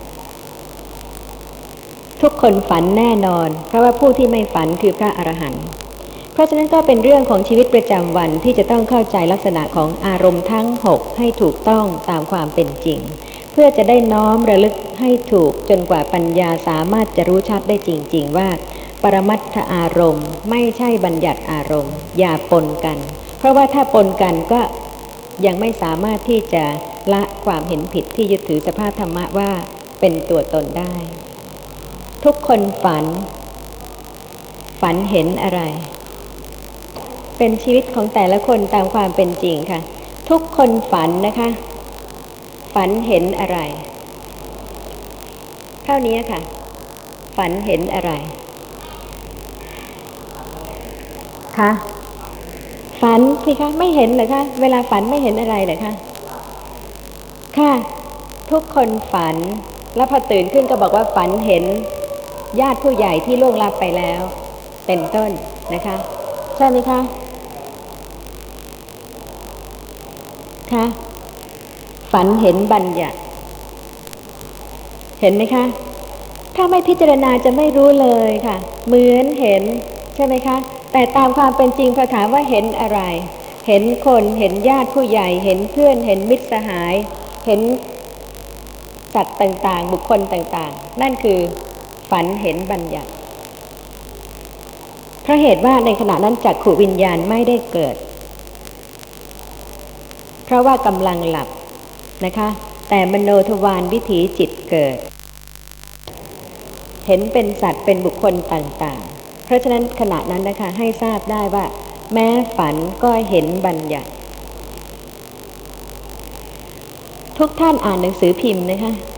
H: ทุกคนฝันแน่นอนเพราะว่าผู้ที่ไม่ฝันคือพระอรหันต์เพราะฉะนั้นก็เป็นเรื่องของชีวิตประจำวันที่จะต้องเข้าใจลักษณะของอารมณ์ทั้ง6ให้ถูกต้องตามความเป็นจริงเพื่อจะได้น้อมระลึกให้ถูกจนกว่าปัญญาสามารถจะรู้ชัดได้จริงๆว่าปรมัตถอารมณ์ไม่ใช่บัญญัติอารมณ์อย่าปนกันเพราะว่าถ้าปนกันก็ยังไม่สามารถที่จะละความเห็นผิดที่ยึดถือสภาพธรรมะว่าเป็นตัวตนได้ทุกคนฝันเห็นอะไรเป็นชีวิตของแต่ละคนตามความเป็นจริงค่ะทุกคนฝันนะคะฝันเห็นอะไรเท่านี้ค่ะฝันเห็นอะไรคะฝันสิคะไม่เห็นเหรอคะเวลาฝันไม่เห็นอะไรเหรอคะค่ะทุกคนฝันแล้วพอตื่นขึ้นก็บอกว่าฝันเห็นญาติผู้ใหญ่ที่ล่วงลับไปแล้วเป็นต้นนะคะใช่ไหมคะค่ะฝันเห็นบัญญัติเห็นไหมคะถ้าไม่พิจารณาจะไม่รู้เลยค่ะเหมือนเห็นใช่ไหมคะแต่ตามความเป็นจริงพอถามว่าเห็นอะไรเห็นคนเห็นญาติผู้ใหญ่เห็นเพื่อนเห็นมิตรสหายเห็นสัตว์ต่างๆบุคคลต่างๆนั่นคือฝันเห็นบัญญัติเพราะเหตุว่าในขณะนั้นจักขุวิญญาณไม่ได้เกิดเพราะว่ากำลังหลับนะคะแต่มโนทวารวิถีจิตเกิดเห็นเป็นสัตว์เป็นบุคคลต่างๆเพราะฉะนั้นขณะนั้นนะคะให้ทราบได้ว่าแม้ฝันก็เห็นบัญญัติทุกท่านอ่านหนังสือพิมพ์นะคะ